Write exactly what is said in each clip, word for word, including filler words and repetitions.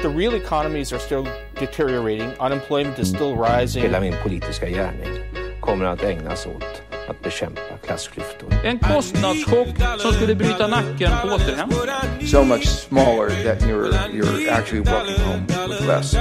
the real economies are still deteriorating, unemployment is still rising. Hela min politiska gärning kommer att ägnas åt att bekämpa klassklyftor. En kostnadschock som skulle bryta nacken på återhämtning. So much smaller that you're you're actually walking home with less.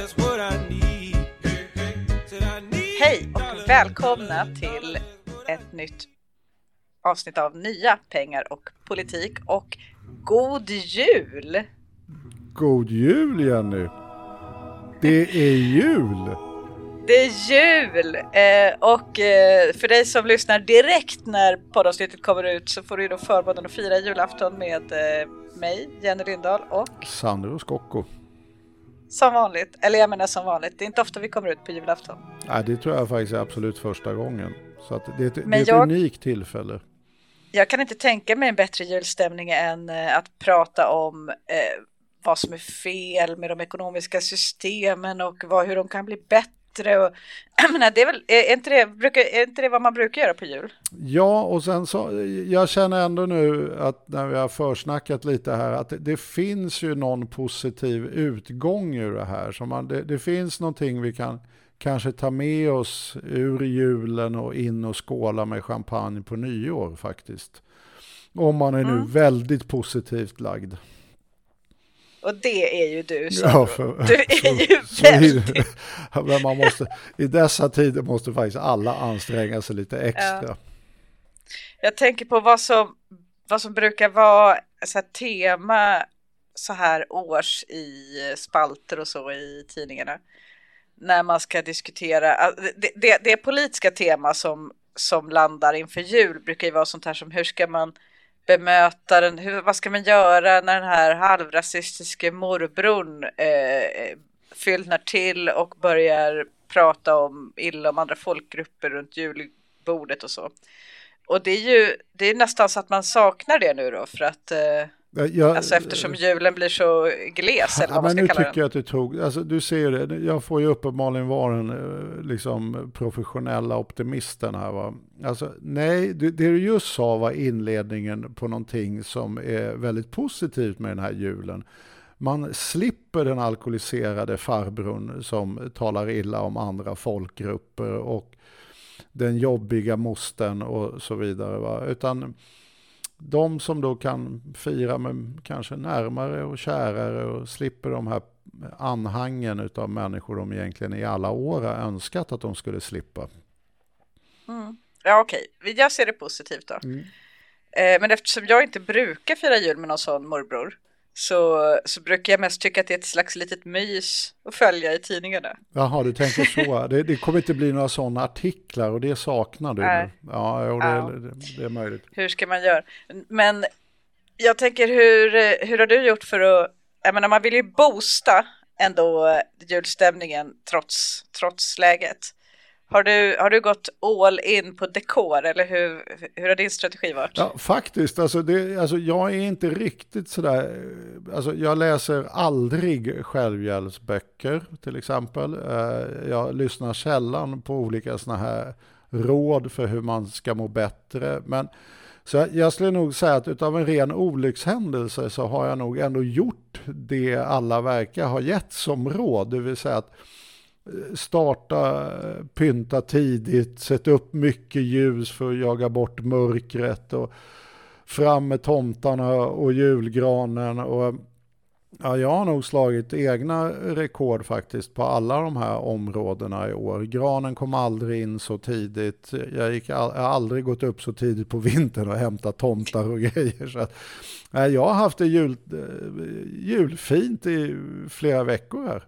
Hej och välkomna till ett nytt avsnitt av Nya pengar och politik, och god jul! God jul, Jenny! Det är jul! Det är jul! Eh, och eh, för dig som lyssnar direkt när poddavsnittet kommer ut så får du då förmånen att fira julafton med eh, mig, Jenny Lindahl, och Sandro Skocko. Som vanligt, eller jag menar som vanligt, det är inte ofta vi kommer ut på julafton. Nej, det tror jag faktiskt är absolut första gången. Så att det är ett, Men det är ett jag... unikt tillfälle. Jag kan inte tänka mig en bättre julstämning än eh, att prata om eh, vad som är fel med de ekonomiska systemen och vad, hur de kan bli bättre. Och, menar, det är, väl, är, inte det, brukar, är inte det vad man brukar göra på jul? Ja, och sen så, jag känner ändå nu att när vi har försnackat lite här att det, det finns ju någon positiv utgång ur det här. Så man, det, det finns någonting vi kan kanske ta med oss ur julen och in och skåla med champagne på nyår faktiskt. Om man är nu mm. väldigt positivt lagd. Och det är ju du, så ja, för, du är ju så, väldigt... Så men man måste, i dessa tider måste faktiskt alla anstränga sig lite extra. Ja. Jag tänker på vad som, vad som brukar vara så här, tema så här års i spalter och så i tidningarna. När man ska diskutera, det, det, det politiska tema som, som landar inför jul brukar ju vara sånt här som hur ska man bemöta den, hur, vad ska man göra när den här halvrasistiska morbrorn eh, fyllnar till och börjar prata om illa om andra folkgrupper runt julbordet och så. Och det är ju det är nästan så att man saknar det nu då, för att eh, jag, alltså eftersom julen blir så gles, eller vad ja, man ska men kalla nu den. tycker jag att du tog, alltså du ser det, jag får ju uppenbarligen vara den liksom professionella optimisten här, va. Alltså nej, det, det du just sa var inledningen på någonting som är väldigt positivt med den här julen. Man slipper den alkoholiserade farbrorn som talar illa om andra folkgrupper och den jobbiga mostern och så vidare, va. Utan de som då kan fira med kanske närmare och kärare och slipper de här anhangen utav människor de egentligen i alla år har önskat att de skulle slippa. Mm. Ja, okej. Jag ser det positivt då. Mm. Eh, men eftersom jag inte brukar fira jul med någon sån morbror så, så brukar jag mest tycka att det är ett slags litet mys att följa i tidningarna. Jaha, du tänker så. Det, det kommer inte bli några sådana artiklar och det saknar du. Nej. Ja, jo, det, ja. Det, det är möjligt. Hur ska man göra? Men jag tänker, hur, hur har du gjort för att... Jag menar, man vill ju boosta ändå julstämningen trots, trots läget. Har du, har du gått all in på dekor, eller hur, hur har din strategi varit? Ja, faktiskt. Alltså det, alltså jag är inte riktigt sådär... Alltså jag läser aldrig självhjälpsböcker till exempel. Jag lyssnar sällan på olika såna här råd för hur man ska må bättre. Men så jag skulle nog säga att utav en ren olyckshändelse så har jag nog ändå gjort det alla verkar ha gett som råd. Det vill säga att starta, pynta tidigt, sätta upp mycket ljus för att jaga bort mörkret och fram med tomtarna och julgranen. Och ja, jag har nog slagit egna rekord faktiskt på alla de här områdena i år. Granen kom aldrig in så tidigt. Jag, gick, jag har aldrig gått upp så tidigt på vintern och hämtat tomtar och grejer. Så att, ja, jag har haft det jul, julfint i flera veckor här.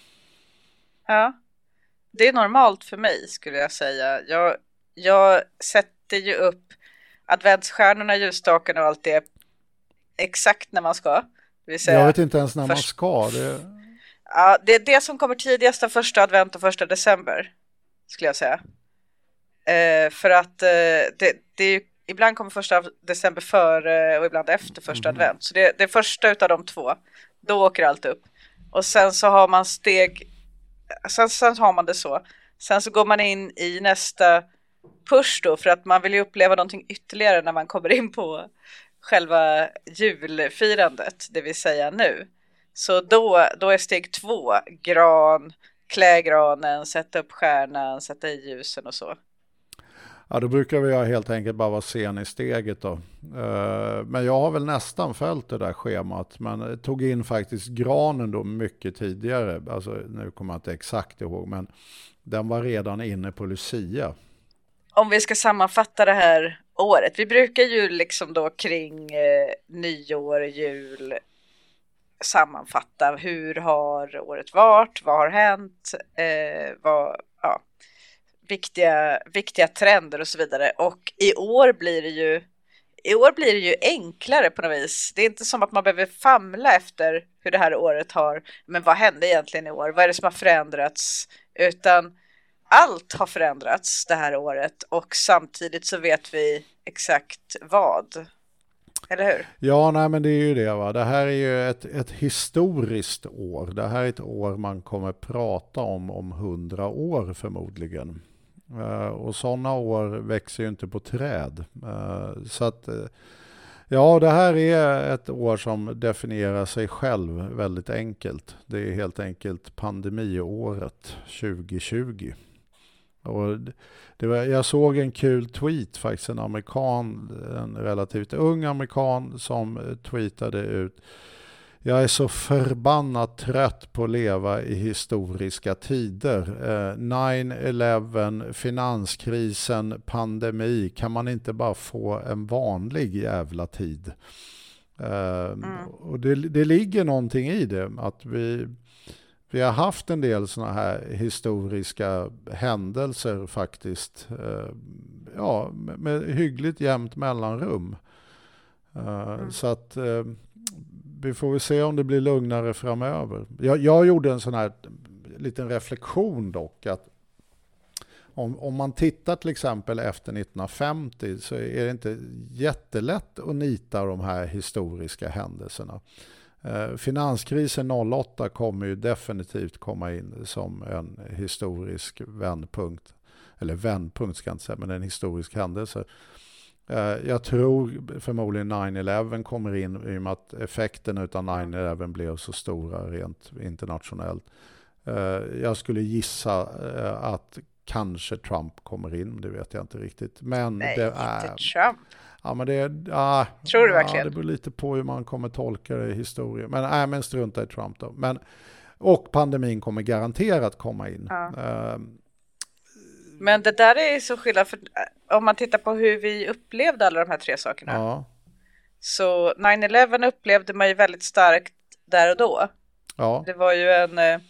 Ja, det är normalt för mig skulle jag säga. Jag, jag sätter ju upp adventsstjärnorna, ljusstakarna och allt det exakt när man ska. Det vill säga jag vet inte ens när först... man ska. Det... Ja, det är det som kommer tidigast av första advent och första december skulle jag säga. Eh, för att eh, det, det är ju, ibland kommer första december före och ibland efter första mm. advent. Så det, det är första utav de två. Då åker allt upp. Och sen så har man steg... Sen, sen har man det så. Sen så går man in i nästa push då, för att man vill ju uppleva någonting ytterligare när man kommer in på själva julfirandet, det vill säga nu. Så då, då är steg två gran, klä granen, sätta upp stjärnan, sätta i ljusen och så. Ja, då brukar vi helt enkelt bara vara sen i steget då. Men jag har väl nästan följt det där schemat, men tog in faktiskt granen då mycket tidigare. Alltså nu kommer jag inte exakt ihåg, men den var redan inne på Lucia. Om vi ska sammanfatta det här året, vi brukar ju liksom då kring eh, nyår, jul sammanfatta hur har året varit, vad har hänt, eh, vad, ja, viktiga, viktiga trender och så vidare. Och i år blir det ju i år blir det ju enklare på något vis. Det är inte som att man behöver famla efter hur det här året har, men vad hände egentligen i år? Vad är det som har förändrats? Utan allt har förändrats det här året och samtidigt så vet vi exakt vad. Eller hur? Ja, nej men det är ju det va. Det här är ju ett, ett historiskt år. Det här är ett år man kommer prata om om hundra år förmodligen. Uh, och sådana år växer ju inte på träd. Uh, så att, uh, ja det här är ett år som definierar sig själv väldigt enkelt. Det är helt enkelt pandemiåret tjugo tjugo. Och det var, jag såg en kul tweet faktiskt, en amerikan, en relativt ung amerikan som tweetade ut: jag är så förbannat trött på att leva i historiska tider. Eh, nine eleven, finanskrisen, pandemi. Kan man inte bara få en vanlig jävla tid? Eh, mm. Och det, det ligger någonting i det. Att vi, vi har haft en del såna här historiska händelser faktiskt. Eh, ja, med, med hyggligt jämnt mellanrum. Eh, mm. Så att... Eh, vi får väl se om det blir lugnare framöver. Jag, jag gjorde en sån här liten reflektion dock. Att om, om man tittar till exempel efter nittonhundrafemtio så är det inte jättelätt att nita de här historiska händelserna. Eh, finanskrisen noll åtta kommer ju definitivt komma in som en historisk vändpunkt. Eller vändpunkt ska jag inte säga, men en historisk händelse. Jag tror förmodligen nine eleven kommer in i och med att effekten av nine eleven blev så stora rent internationellt. Jag skulle gissa att kanske Trump kommer in, det vet jag inte riktigt. Men Nej, det inte är, Trump. Ja, men det är, ah, tror du verkligen? Ja, det beror lite på hur man kommer tolka det i historien. Men, nej, men strunta i Trump då. Men, och pandemin kommer garanterat komma in. Ja. Uh, Men det där är så skillnad, för om man tittar på hur vi upplevde alla de här tre sakerna. Ja. Så nine eleven upplevde man ju väldigt starkt där och då. Ja. Det var ju en, en,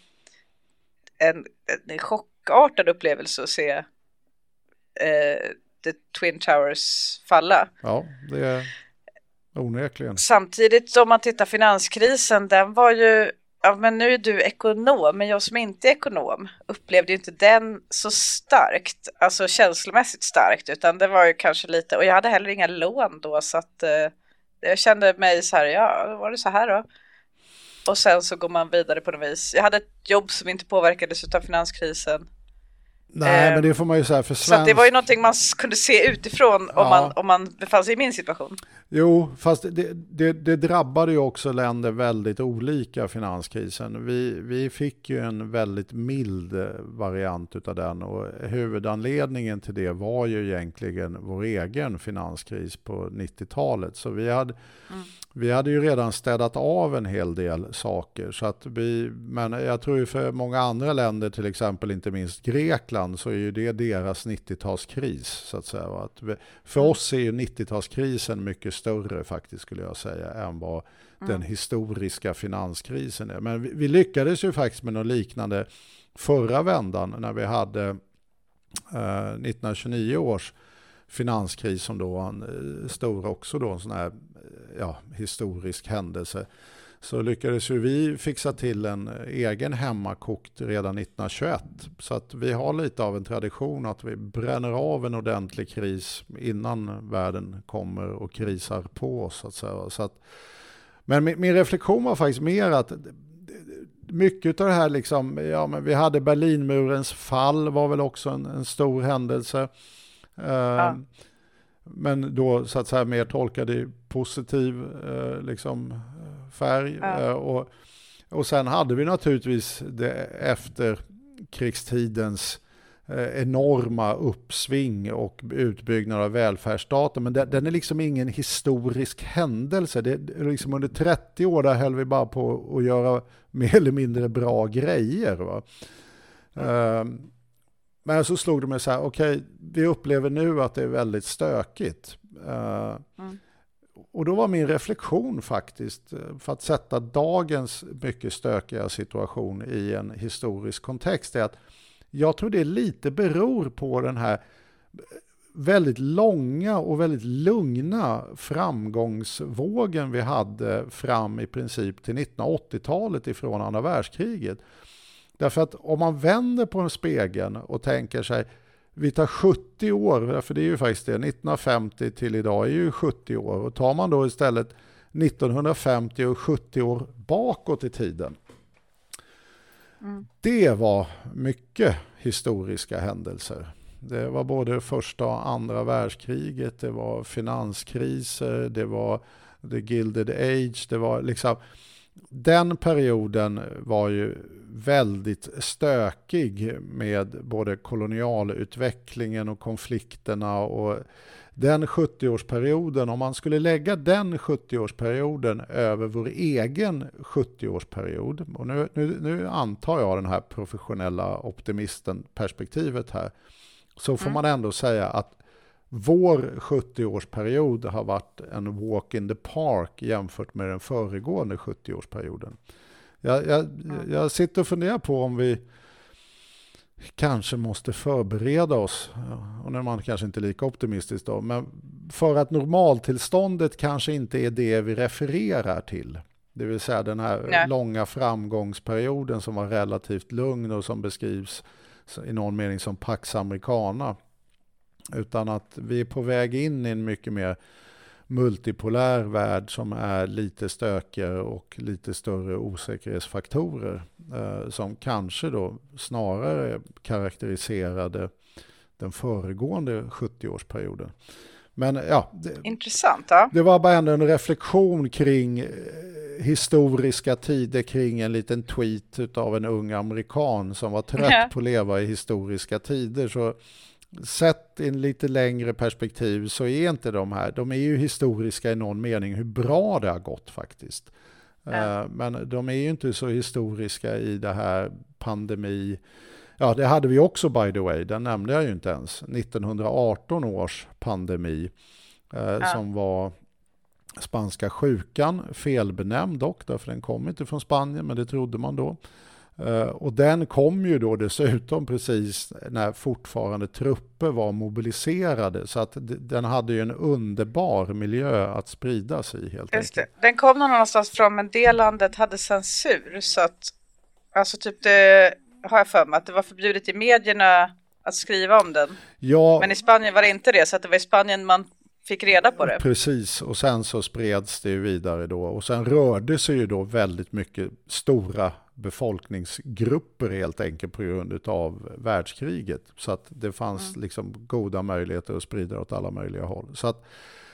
en chockartad upplevelse att se eh, The Twin Towers falla. Ja, det är onekligen. Samtidigt om man tittar finanskrisen, den var ju... Ja, men nu är du ekonom, men jag som inte är ekonom upplevde ju inte den så starkt, alltså känslomässigt starkt, utan det var ju kanske lite, och jag hade heller inga lån då, så att eh, jag kände mig så här, ja, var det så här då? Och sen så går man vidare på något vis. Jag hade ett jobb som inte påverkades av finanskrisen. Nej, eh, men det får man ju säga för svensk... Så att det var ju någonting man kunde se utifrån om, ja. man, om man befann sig i min situation. Jo, fast det, det, det drabbade ju också länder väldigt olika, finanskrisen. Vi, vi fick ju en väldigt mild variant utav den, och huvudanledningen till det var ju egentligen vår egen finanskris på nittiotalet. Så vi hade, mm. vi hade ju redan städat av en hel del saker. Så att vi, men jag tror ju för många andra länder, till exempel inte minst Grekland, så är ju det deras nittiotalskris så att säga. Att vi, för oss är ju nittiotalskrisen mycket större faktiskt, skulle jag säga, än vad mm. den historiska finanskrisen är. Men vi, vi lyckades ju faktiskt med något liknande förra vändan när vi hade eh, nittonhundratjugonio års finanskris som då var en eh, stor också då, en sån här ja, historisk händelse. Så lyckades ju vi fixa till en egen hemmakokt redan nittonhundratjugoett. Så att vi har lite av en tradition att vi bränner av en ordentlig kris innan världen kommer och krisar på oss. Så att säga. Så att, men min, min reflektion var faktiskt mer att mycket av det här, liksom, ja, men vi hade Berlinmurens fall var väl också en, en stor händelse. Ja. Uh, men då så att säga mer tolkade i positiv uh, liksom, färg. Ja. Uh, och Och sen hade vi naturligtvis det efter krigstidens enorma uppsving och utbyggnad av välfärdsstaten, men den är liksom ingen historisk händelse. Det är liksom under trettio år där höll vi bara på att göra mer eller mindre bra grejer. Va? Mm. Men så slog det mig så här, okej, okay, vi upplever nu att det är väldigt stökigt. Mm. Och då var min reflektion faktiskt, för att sätta dagens mycket stökiga situation i en historisk kontext, är att jag tror det lite beror på den här väldigt långa och väldigt lugna framgångsvågen vi hade fram i princip till nittonhundraåttiotalet ifrån andra världskriget. Därför att om man vänder på en spegeln och tänker sig, vi tar sjuttio år, för det är ju faktiskt det, nittonhundrafemtio till idag är ju sjuttio år, och tar man då istället nittonhundrafemtio och sjuttio år bakåt i tiden, mm. det var mycket historiska händelser. Det var både första och andra världskriget, det var finanskriser, det var the Gilded Age, det var liksom, den perioden var ju väldigt stökig med både kolonialutvecklingen och konflikterna, och den sjuttio-årsperioden, om man skulle lägga den sjuttio-årsperioden över vår egen sjuttio-årsperiod, och nu, nu, nu antar jag den här professionella optimisten perspektivet här, så får mm. man ändå säga att vår sjuttio-årsperiod har varit en walk in the park jämfört med den föregående sjuttio-årsperioden. Jag, jag, jag sitter och funderar på om vi kanske måste förbereda oss, och nu är man kanske inte lika optimistisk då, men för att normaltillståndet kanske inte är det vi refererar till. Det vill säga den här Nej. långa framgångsperioden som var relativt lugn och som beskrivs i någon mening som Pax Americana. Utan att vi är på väg in i en mycket mer multipolär värld som är lite stökigare och lite större osäkerhetsfaktorer eh, som kanske då snarare karaktäriserade den föregående sjuttio-årsperioden. Men ja, det, intressant. Ja. Det var bara ändå en reflektion kring eh, historiska tider, kring en liten tweet av en ung amerikan som var trött ja. på att leva i historiska tider. Så sett i en lite längre perspektiv så är inte de här, de är ju historiska i någon mening hur bra det har gått faktiskt. Ja. Men de är ju inte så historiska i det här pandemi. Ja, det hade vi också by the way, den nämnde jag ju inte ens. nittonhundraarton års pandemi ja. som var spanska sjukan, felbenämnd dock, därför den kom inte från Spanien, men det trodde man då. Uh, och den kom ju då dessutom precis när fortfarande trupper var mobiliserade, så att d- den hade ju en underbar miljö att spridas i helt Just enkelt. Det. Den kom någonstans från, men det landet hade censur, så att alltså typ det har jag för mig att det var förbjudet i medierna att skriva om den. Ja, men i Spanien var det inte det, så att det var i Spanien man fick reda på det. Precis, och sen så spreds det ju vidare då, och sen rörde sig ju då väldigt mycket stora befolkningsgrupper helt enkelt på grund av världskriget, så att det fanns mm. liksom goda möjligheter att sprida åt alla möjliga håll. Så att,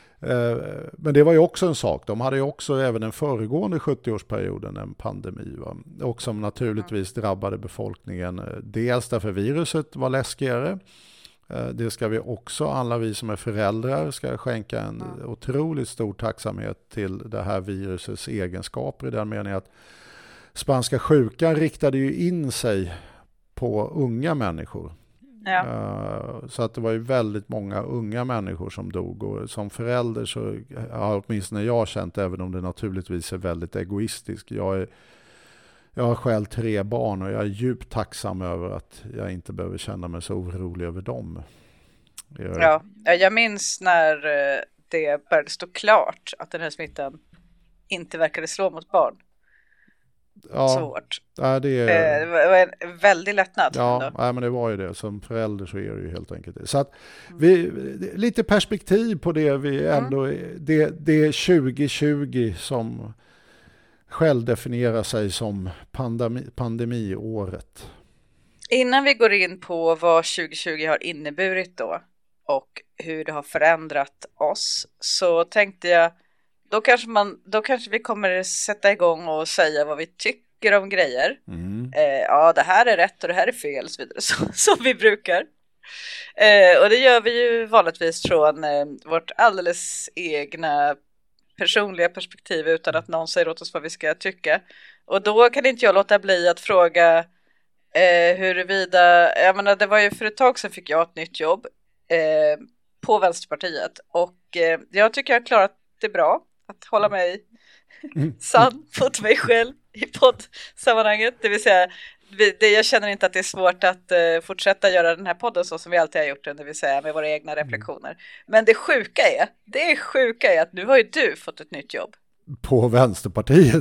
eh, men det var ju också en sak, de hade ju också även den föregående sjuttio-årsperioden en pandemi, va? Och som naturligtvis mm. drabbade befolkningen, dels därför viruset var läskigare. Det ska vi också, alla vi som är föräldrar, ska skänka en mm. otroligt stor tacksamhet till det här virusets egenskaper, i den meningen att spanska sjukan riktade ju in sig på unga människor. Ja. Uh, så att det var ju väldigt många unga människor som dog, och som förälder så har åtminstone jag känt, även om det naturligtvis är väldigt egoistiskt. Jag är Jag har själv tre barn och jag är djupt tacksam över att jag inte behöver känna mig så orolig över dem. Jag... Ja, jag minns när det började stå klart att den här smittan inte verkade slå mot barn. Ja, svårt. Ja, det, är... det var en väldig lättnad. Ja, nej, men det var ju det. Som förälder så är det ju helt enkelt det. Så att vi, lite perspektiv på det vi ändå, mm. det, det är tjugo tjugo som själv definierar sig som pandemi, pandemiåret. Innan vi går in på vad tjugo tjugo har inneburit då och hur det har förändrat oss, så tänkte jag, då kanske, man, då kanske vi kommer sätta igång och säga vad vi tycker snackar om grejer. Mm. Eh, ja, det här är rätt och det här är fel och så vidare, så, som vi brukar. Eh, och det gör vi ju vanligtvis från eh, vårt alldeles egna personliga perspektiv utan att någon säger åt oss vad vi ska tycka. Och då kan inte jag låta bli att fråga eh, huruvida, jag menar det var ju för ett tag sedan fick jag ett nytt jobb eh, på Vänsterpartiet och eh, jag tycker jag har klarat det bra att hålla mig sann mot mig själv i poddsammanhanget, det vill säga det, jag känner inte att det är svårt att uh, fortsätta göra den här podden så som vi alltid har gjort den, det vill säga med våra egna reflektioner. Mm. Men det sjuka är, det är sjuka är att nu har ju du fått ett nytt jobb. På Vänsterpartiet.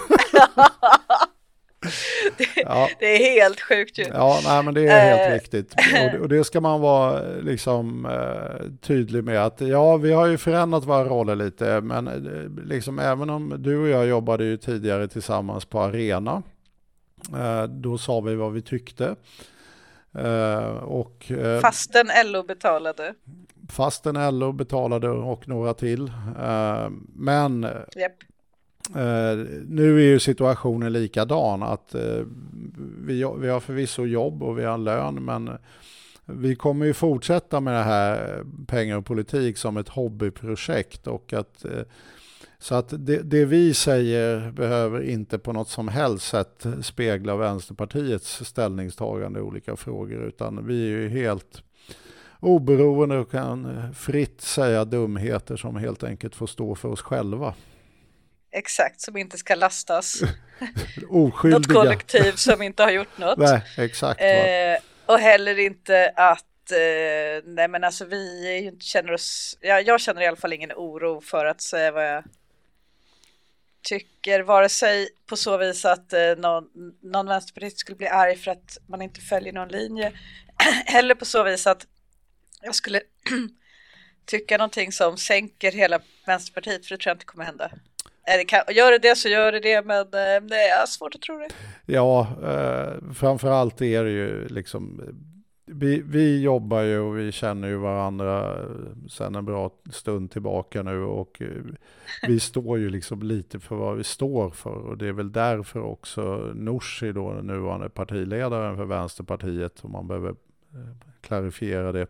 det, ja. det är helt sjukt ju. Ja, nej, men det är helt uh, riktigt. Och det, och det ska man vara liksom uh, tydlig med att ja, vi har ju förändrat våra roller lite, men uh, liksom även om du och jag jobbade ju tidigare tillsammans på Arena. Då sa vi vad vi tyckte. Och, fastän L O betalade. Fastän L O betalade och några till. Men yep. Nu är ju situationen likadan. Att vi, vi har förvisso jobb och vi har lön, men vi kommer ju fortsätta med det här pengar och politik som ett hobbyprojekt och att så att det, det vi säger behöver inte på något som helst sätt spegla Vänsterpartiets ställningstagande i olika frågor, utan vi är ju helt oberoende och kan fritt säga dumheter som helt enkelt får stå för oss själva. Exakt, som inte ska lastas. Oskyldiga. Något kollektiv som inte har gjort något. Nej, exakt. Eh, och heller inte att eh, nej men alltså vi känner oss, ja, jag känner i alla fall ingen oro för att säga vad jag tycker, vare sig på så vis att eh, någon, någon vänsterpartist skulle bli arg för att man inte följer någon linje, eller på så vis att jag skulle tycka någonting som sänker hela Vänsterpartiet, för det tror jag inte kommer hända. Är det kan, gör det det så gör det det, men eh, det är svårt att tro det. Ja, eh, framförallt är det ju liksom Vi, vi jobbar ju och vi känner ju varandra sedan en bra stund tillbaka nu och vi står ju liksom lite för vad vi står för, och det är väl därför också Nooshi, då nuvarande partiledaren för Vänsterpartiet, om man behöver klarifiera det,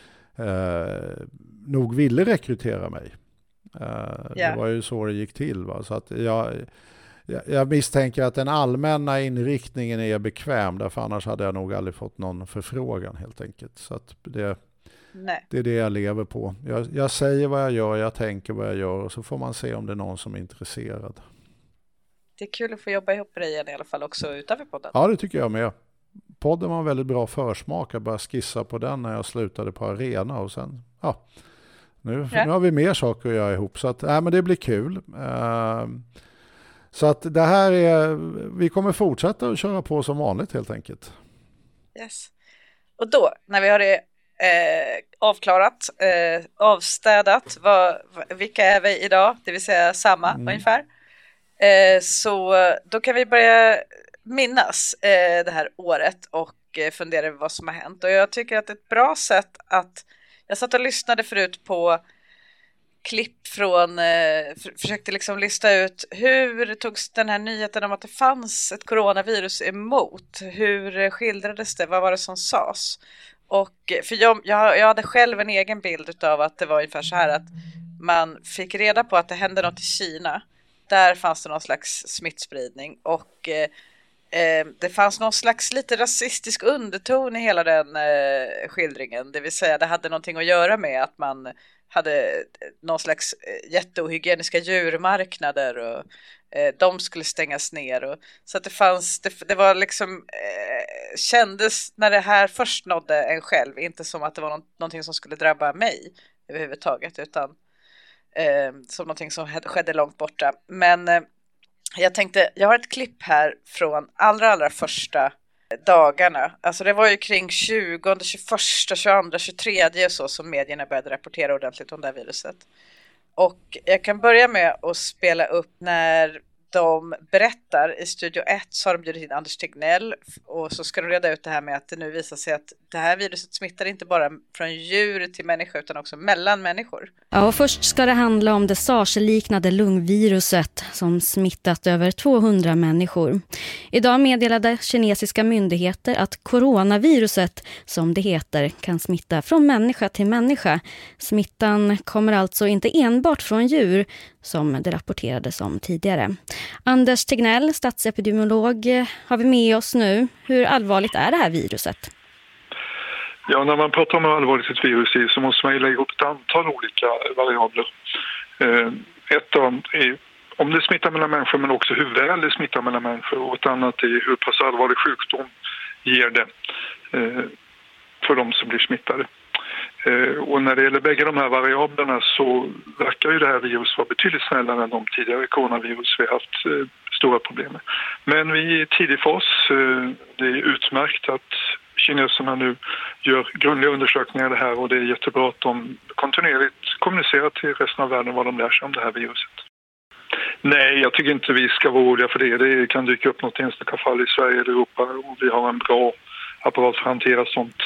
eh, nog ville rekrytera mig. Eh, yeah. Det var ju så det gick till, va? Så att jag Jag misstänker att den allmänna inriktningen är bekväm, därför annars hade jag nog aldrig fått någon förfrågan helt enkelt. Så att det, det är det jag lever på. Jag, jag säger vad jag gör, jag tänker vad jag gör, och så får man se om det är någon som är intresserad. Det är kul att få jobba ihop med dig igen i alla fall också utanför podden. Ja, det tycker jag med. Podden var en väldigt bra försmak. Jag började skissa på den när jag slutade på Arena, och sen, ja, nu, ja. nu har vi mer saker att göra ihop. Så att, äh, men det blir kul. Uh, Så att det här är, vi kommer fortsätta att köra på som vanligt helt enkelt. Yes. Och då, när vi har det eh, avklarat, eh, avstädat, vad, vilka är vi idag, det vill säga samma mm. ungefär, eh, så då kan vi börja minnas eh, det här året och eh, fundera över vad som har hänt. Och jag tycker att ett bra sätt att, jag satt och lyssnade förut på klipp från, eh, för, försökte liksom lista ut hur togs den här nyheten om att det fanns ett coronavirus emot, hur skildrades det, vad var det som sades, och för jag, jag, jag hade själv en egen bild av att det var ungefär så här att man fick reda på att det hände något i Kina, där fanns det någon slags smittspridning, och eh, eh, det fanns någon slags lite rasistisk underton i hela den eh, skildringen, det vill säga det hade någonting att göra med att man hade någon slags jätteohygieniska djurmarknader och eh, de skulle stängas ner. Och, så att det fanns, det, det var liksom, eh, kändes när det här först nådde en själv, inte som att det var någon, någonting som skulle drabba mig överhuvudtaget, utan eh, som någonting som skedde långt borta. Men eh, jag tänkte, jag har ett klipp här från allra, allra första dagarna. Alltså det var ju kring tjugonde, tjugoförsta, tjugoandra, tjugotredje så som medierna började rapportera ordentligt om det här viruset. Och jag kan börja med att spela upp när de berättar i Studio ett, så har de bjudit in Anders Tegnell, och så ska de reda ut det här med att det nu visar sig att det här viruset smittar inte bara från djur till människa utan också mellan människor. Ja, och först ska det handla om det SARS-liknande lungviruset som smittat över tvåhundra människor. Idag meddelade kinesiska myndigheter att coronaviruset, som det heter, kan smitta från människa till människa. Smittan kommer alltså inte enbart från djur, som det rapporterades om tidigare. Anders Tegnell, statsepidemiolog, har vi med oss nu. Hur allvarligt är det här viruset? Ja, när man pratar om hur allvarligt ett virus är så måste man ju lägga ihop ett antal olika variabler. Ett av dem är om det smittar mellan människor, men också hur väl det smittar mellan människor. Och ett annat är hur pass allvarlig sjukdom ger det för de som blir smittade. Och när det gäller bägge de här variablerna så verkar ju det här viruset vara betydligt snällare än de tidigare coronavirus vi har haft stora problem med. Men vi är i tidig fas. Det är utmärkt att kineserna nu gör grundliga undersökningar det här och det är jättebra att de kontinuerligt kommunicerar till resten av världen vad de lär sig om det här viruset. Nej, jag tycker inte vi ska vara oroliga för det. Det kan dyka upp något enstaka fall i Sverige eller Europa och vi har en bra apparat för att hantera sånt.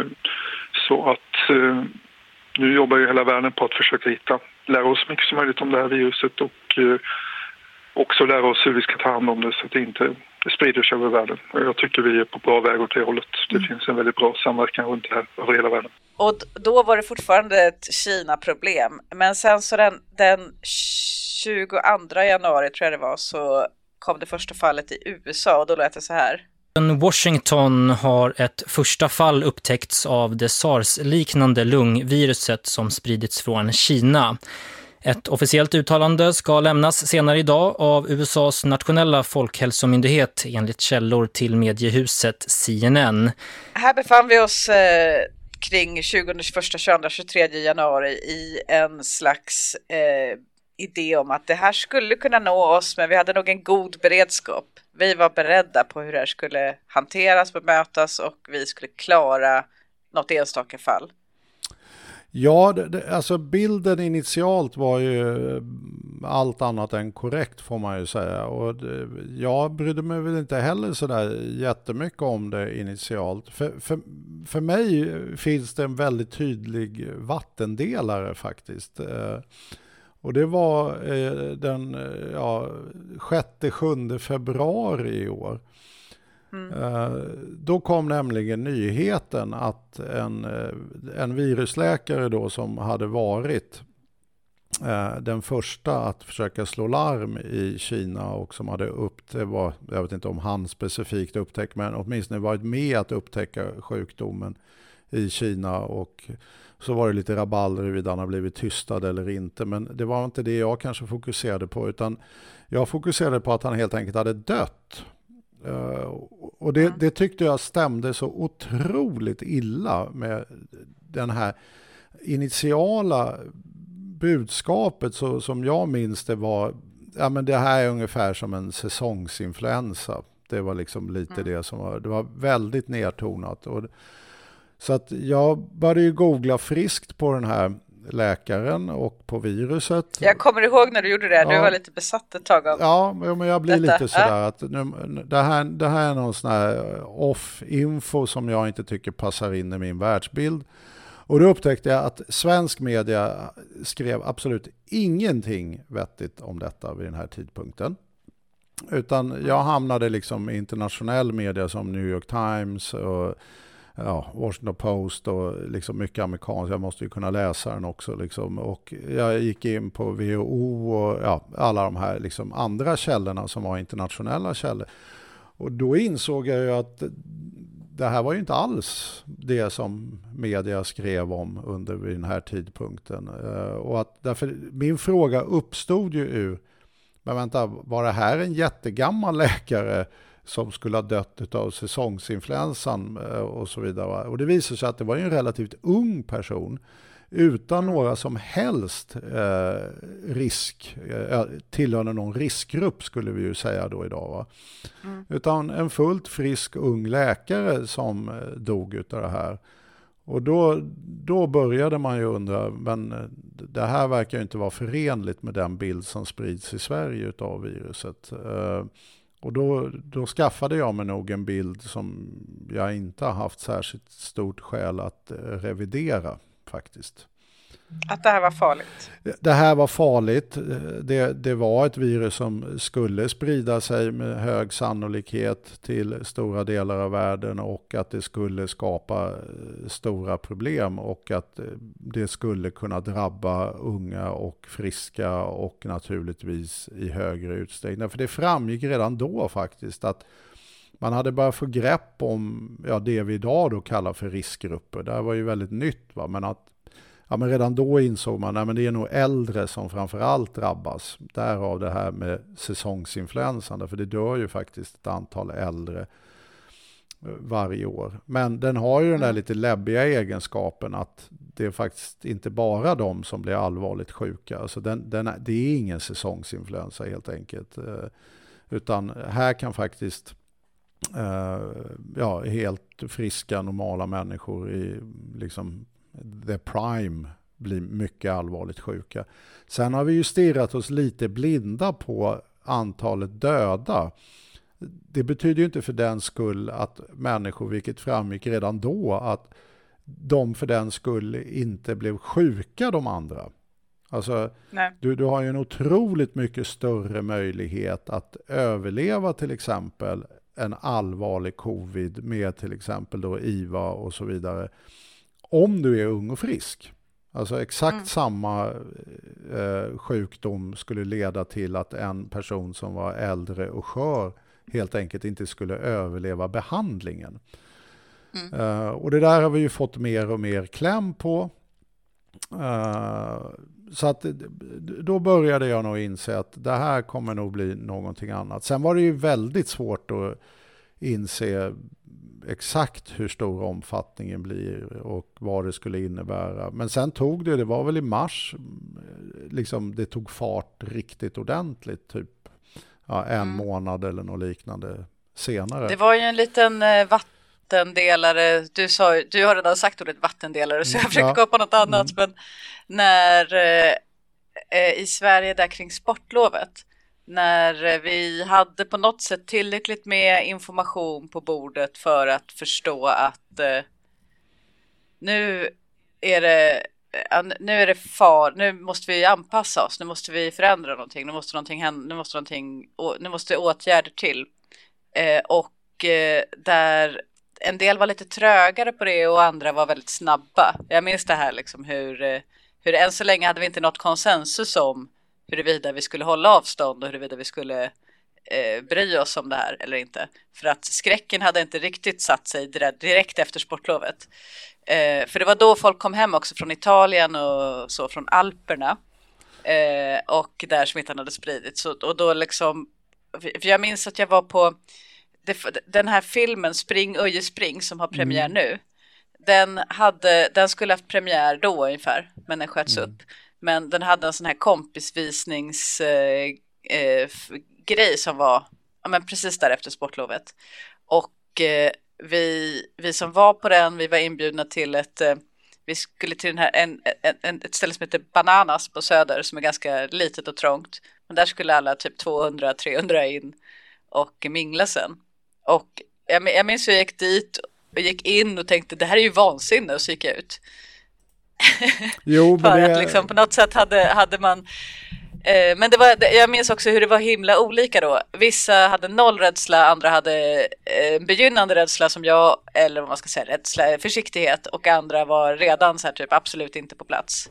Så att nu jobbar ju hela världen på att försöka hitta, lära oss mycket som möjligt om det här viruset och också lära oss hur vi ska ta hand om det så att det inte sprider sig över världen. Och jag tycker vi är på bra väg åt det hållet. Det mm. finns en väldigt bra samverkan runt det här över hela världen. Och då var det fortfarande ett Kina-problem. Men sen så den, den tjugoandra januari tror jag det var så kom det första fallet i U S A och då lät det så här. Washington har ett första fall upptäckts av det SARS-liknande lungviruset som spridits från Kina. Ett officiellt uttalande ska lämnas senare idag av U S A:s nationella folkhälsomyndighet enligt källor till mediehuset C N N. Här befann vi oss eh, kring tjugonde, tjugoförsta, tjugoandra, tjugotredje januari i en slags eh, idé om att det här skulle kunna nå oss, men vi hade nog en god beredskap. Vi var beredda på hur det här skulle hanteras, bemötas och vi skulle klara något enstaka fall. Ja, det, alltså bilden initialt var ju allt annat än korrekt får man ju säga. Och det, jag brydde mig väl inte heller sådär jättemycket om det initialt. För, för, för mig finns det en väldigt tydlig vattendelare faktiskt. Och det var den ja, sjätte sjunde februari i år. Mm. Då kom nämligen nyheten att en, en virusläkare då som hade varit den första att försöka slå larm i Kina och som hade upptäckt, det var, jag vet inte om han specifikt upptäckt, men åtminstone varit med att upptäcka sjukdomen i Kina och så var det lite rabalder huruvida han har blivit tystad eller inte, men det var inte det jag kanske fokuserade på utan jag fokuserade på att han helt enkelt hade dött. Uh, och det, det tyckte jag stämde så otroligt illa med den här initiala budskapet så, som jag minns det var, ja men det här är ungefär som en säsongsinfluensa. Det var liksom lite mm. det som var, det var väldigt nedtonat. Och, så att jag började ju googla friskt på den här läkaren och på viruset. Jag kommer ihåg när du gjorde det. Du ja. var lite besatt ett tag av Ja, men jag blir detta. lite sådär ja. att nu, det, här, det här är någon sån här off-info som jag inte tycker passar in i min världsbild. Och då upptäckte jag att svensk media skrev absolut ingenting vettigt om detta vid den här tidpunkten. Utan jag hamnade liksom i internationell media som New York Times och ja, Washington Post och liksom mycket amerikanskt. Jag måste ju kunna läsa den också. Liksom. Och jag gick in på W H O och ja, alla de här liksom andra källorna som var internationella källor. Och då insåg jag ju att det här var ju inte alls det som media skrev om under den här tidpunkten. Och att därför, min fråga uppstod ju ur, men vänta, var det här en jättegammal läkare som skulle ha dött av säsongsinfluensan och så vidare. Och det visade sig att det var en relativt ung person utan några som helst eh, risk, eh, tillhörande någon riskgrupp skulle vi ju säga då idag va. Mm. Utan en fullt frisk ung läkare som eh, dog utav det här. Och då, då började man ju undra, men det här verkar ju inte vara förenligt med den bild som sprids i Sverige utav viruset. Eh, Och då, då skaffade jag mig nog en bild som jag inte har haft särskilt stort skäl att revidera faktiskt. Att det här var farligt? Det här var farligt. Det, det var ett virus som skulle sprida sig med hög sannolikhet till stora delar av världen och att det skulle skapa stora problem och att det skulle kunna drabba unga och friska och naturligtvis i högre utsträckning. För det framgick redan då faktiskt att man hade börjat få grepp om ja, det vi idag då kallar för riskgrupper. Det här var ju väldigt nytt, va? Men att Ja, men redan då insåg man att det är nog äldre som framförallt drabbas. Därav det här med säsongsinfluensan. För det dör ju faktiskt ett antal äldre varje år. Men den har ju den där lite läbbiga egenskapen att det är faktiskt inte bara de som blir allvarligt sjuka. Alltså den, den, det är ingen säsongsinfluensa helt enkelt. Utan här kan faktiskt ja, helt friska, normala människor i liksom the prime blir mycket allvarligt sjuka. Sen har vi ju stirrat oss lite blinda på antalet döda. Det betyder ju inte för den skull att människor, vilket framgick redan då, att de för den skull inte blev sjuka de andra. Alltså, du, du har ju en otroligt mycket större möjlighet att överleva till exempel en allvarlig covid med till exempel då I V A och så vidare. Om du är ung och frisk. Alltså exakt mm. samma eh, sjukdom skulle leda till att en person som var äldre och skör helt enkelt inte skulle överleva behandlingen. Mm. Uh, och det där har vi ju fått mer och mer kläm på. Uh, så att då började jag nog inse att det här kommer nog bli någonting annat. Sen var det ju väldigt svårt att inse exakt hur stor omfattningen blir och vad det skulle innebära. Men sen tog det, det var väl i mars, liksom det tog fart riktigt ordentligt, typ ja, en mm. månad eller något liknande senare. Det var ju en liten eh, vattendelare, du, sa, du har redan sagt ordet vattendelare så jag försökte ja. gå på något annat, mm. men när eh, i Sverige där kring sportlovet, när vi hade på något sätt tillräckligt med information på bordet för att förstå att eh, nu är det nu är det far, nu måste vi anpassa oss, nu måste vi förändra någonting, nu måste någonting hända, nu måste någonting, nu måste åtgärder till eh, och eh, där en del var lite trögare på det och andra var väldigt snabba. Jag minns det här liksom hur, eh, hur än så länge hade vi inte något konsensus om huruvida vi skulle hålla avstånd och huruvida vi skulle eh, bry oss om det här eller inte. För att skräcken hade inte riktigt satt sig direkt efter sportlovet. Eh, för det var då folk kom hem också från Italien och så från Alperna. Eh, och där smittan hade spridits. Så, och då liksom, för jag minns att jag var på det, den här filmen Spring Öje Spring som har premiär mm. nu. Den, hade, den skulle haft premiär då ungefär, men den sköts mm. upp. Men den hade en sån här kompisvisningsgrej eh, eh, som var ja, men precis där efter sportlovet. Och eh, vi, vi som var på den, vi var inbjudna till ett, eh, vi skulle till den här, en, en, en, ett ställe som heter Bananas på Söder som är ganska litet och trångt. Men där skulle alla typ tvåhundra till trehundra in och mingla sen. Och jag, jag minns hur jag gick dit och gick in och tänkte det här är ju vansinne och så gick jag ut. Jo, för det... att liksom på något sätt hade, hade man eh, men det var, jag minns också hur det var himla olika då. Vissa hade noll rädsla, andra hade eh, begynnande rädsla som jag, eller vad man ska säga, rädsla, försiktighet, och andra var redan så här typ absolut inte på plats.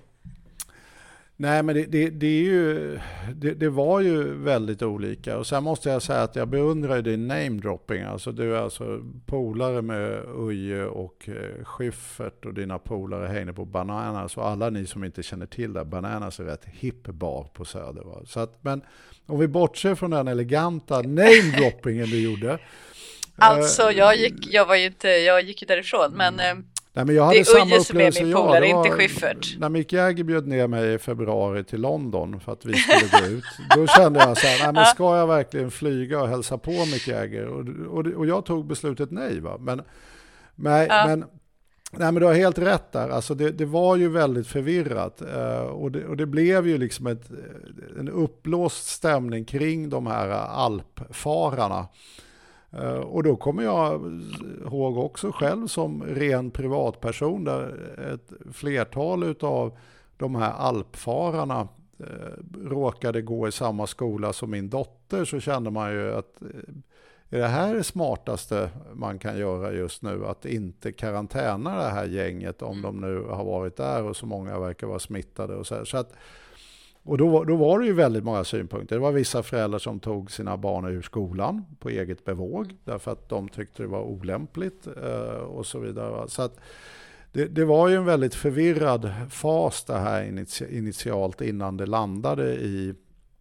Nej, men det, det, det, är ju, det, det var ju väldigt olika. Och sen måste jag säga att jag beundrar din namedropping. Alltså du är alltså polare med Uje och eh, Schyffert och dina polare hänger på Bananas. Och alla ni som inte känner till det, Bananas är rätt hipp bar på Söder. Va? Så att, men om vi bortser från den eleganta namedroppingen du gjorde. Alltså eh, jag gick, jag var ju inte, jag gick ju därifrån, men... Eh, Nej, men jag hade det är samma Uje som är min polare, ja, inte Schyffert. När Mick Jagger bjöd ner mig i februari till London för att vi skulle gå ut, då kände jag så här, nej, men ska jag verkligen flyga och hälsa på Mick Jagger? Och, och, och jag tog beslutet nej, va? Men, men, ja. men Nej, men du har helt rätt där. Alltså det, det var ju väldigt förvirrat uh, och, det, och det blev ju liksom ett, en uppblåst stämning kring de här alpfararna. Uh, och då kommer jag ihåg också själv som ren privatperson där ett flertal utav de här alpfararna uh, råkade gå i samma skola som min dotter, så kände man ju att är det här det smartaste man kan göra just nu, att inte karantäna det här gänget om de nu har varit där och så många verkar vara smittade och så här. Så att, och då, då var det ju väldigt många synpunkter. Det var vissa föräldrar som tog sina barn ur skolan på eget bevåg därför att de tyckte det var olämpligt och så vidare. Så att det, det var ju en väldigt förvirrad fas det här initialt innan det landade i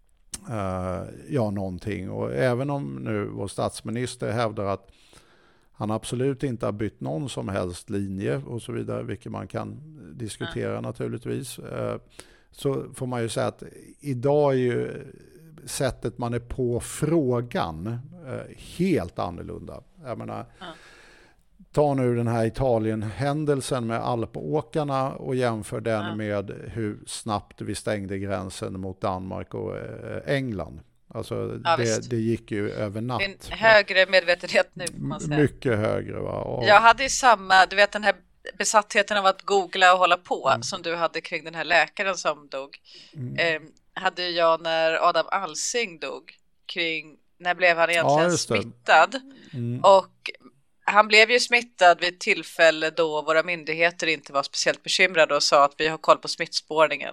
Uh, ja, någonting. Och även om nu vår statsminister hävdar att han absolut inte har bytt någon som helst linje och så vidare, vilket man kan diskutera mm. naturligtvis, uh, så får man ju säga att idag är ju sättet man är på frågan uh, helt annorlunda. Jag menar, mm. ta nu den här Italien-händelsen med alpåkarna och jämför den ja. med hur snabbt vi stängde gränsen mot Danmark och England. Alltså ja, det, det gick ju över natt. En högre medvetenhet nu, får man säga. Mycket högre, va? Och jag hade ju samma, du vet den här besattheten av att googla och hålla på mm. som du hade kring den här läkaren som dog. Mm. Eh, hade jag när Adam Alsing dog kring, när blev han egentligen ja, smittad? Mm. Och han blev ju smittad vid ett tillfälle då våra myndigheter inte var speciellt bekymrade och sa att vi har koll på smittspårningen.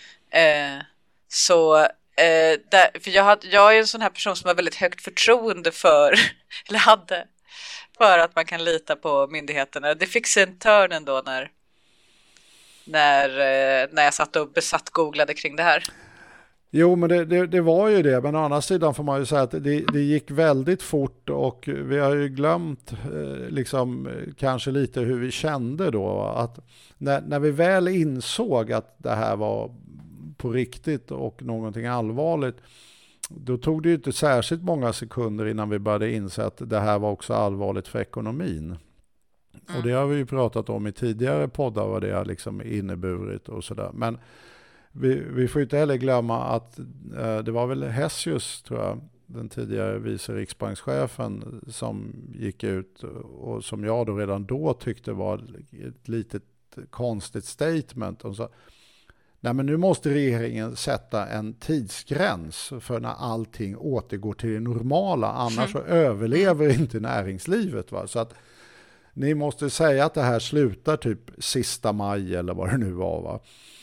Eh, så, eh, där, för jag, hade, jag är en sån här person som har väldigt högt förtroende för, eller hade, för att man kan lita på myndigheterna. Det fick sig en törn ändå när, när, eh, när jag satt och besatt googlade kring det här. Jo, men det, det, det var ju det. Men å andra sidan får man ju säga att det, det gick väldigt fort och vi har ju glömt eh, liksom kanske lite hur vi kände då. Att när, när vi väl insåg att det här var på riktigt och någonting allvarligt, då tog det ju inte särskilt många sekunder innan vi började inse att det här var också allvarligt för ekonomin. Mm. Och det har vi ju pratat om i tidigare poddar vad det har liksom inneburit och sådär. Men Vi, vi får inte heller glömma att eh, det var väl Hessius, tror jag, den tidigare vice riksbankschefen, som gick ut och som jag då redan då tyckte var ett litet konstigt statement. Och så, nej, men nu måste regeringen sätta en tidsgräns för när allting återgår till det normala, annars så överlever inte näringslivet. Va? Så att ni måste säga att det här slutar typ sista maj eller vad det nu var, va?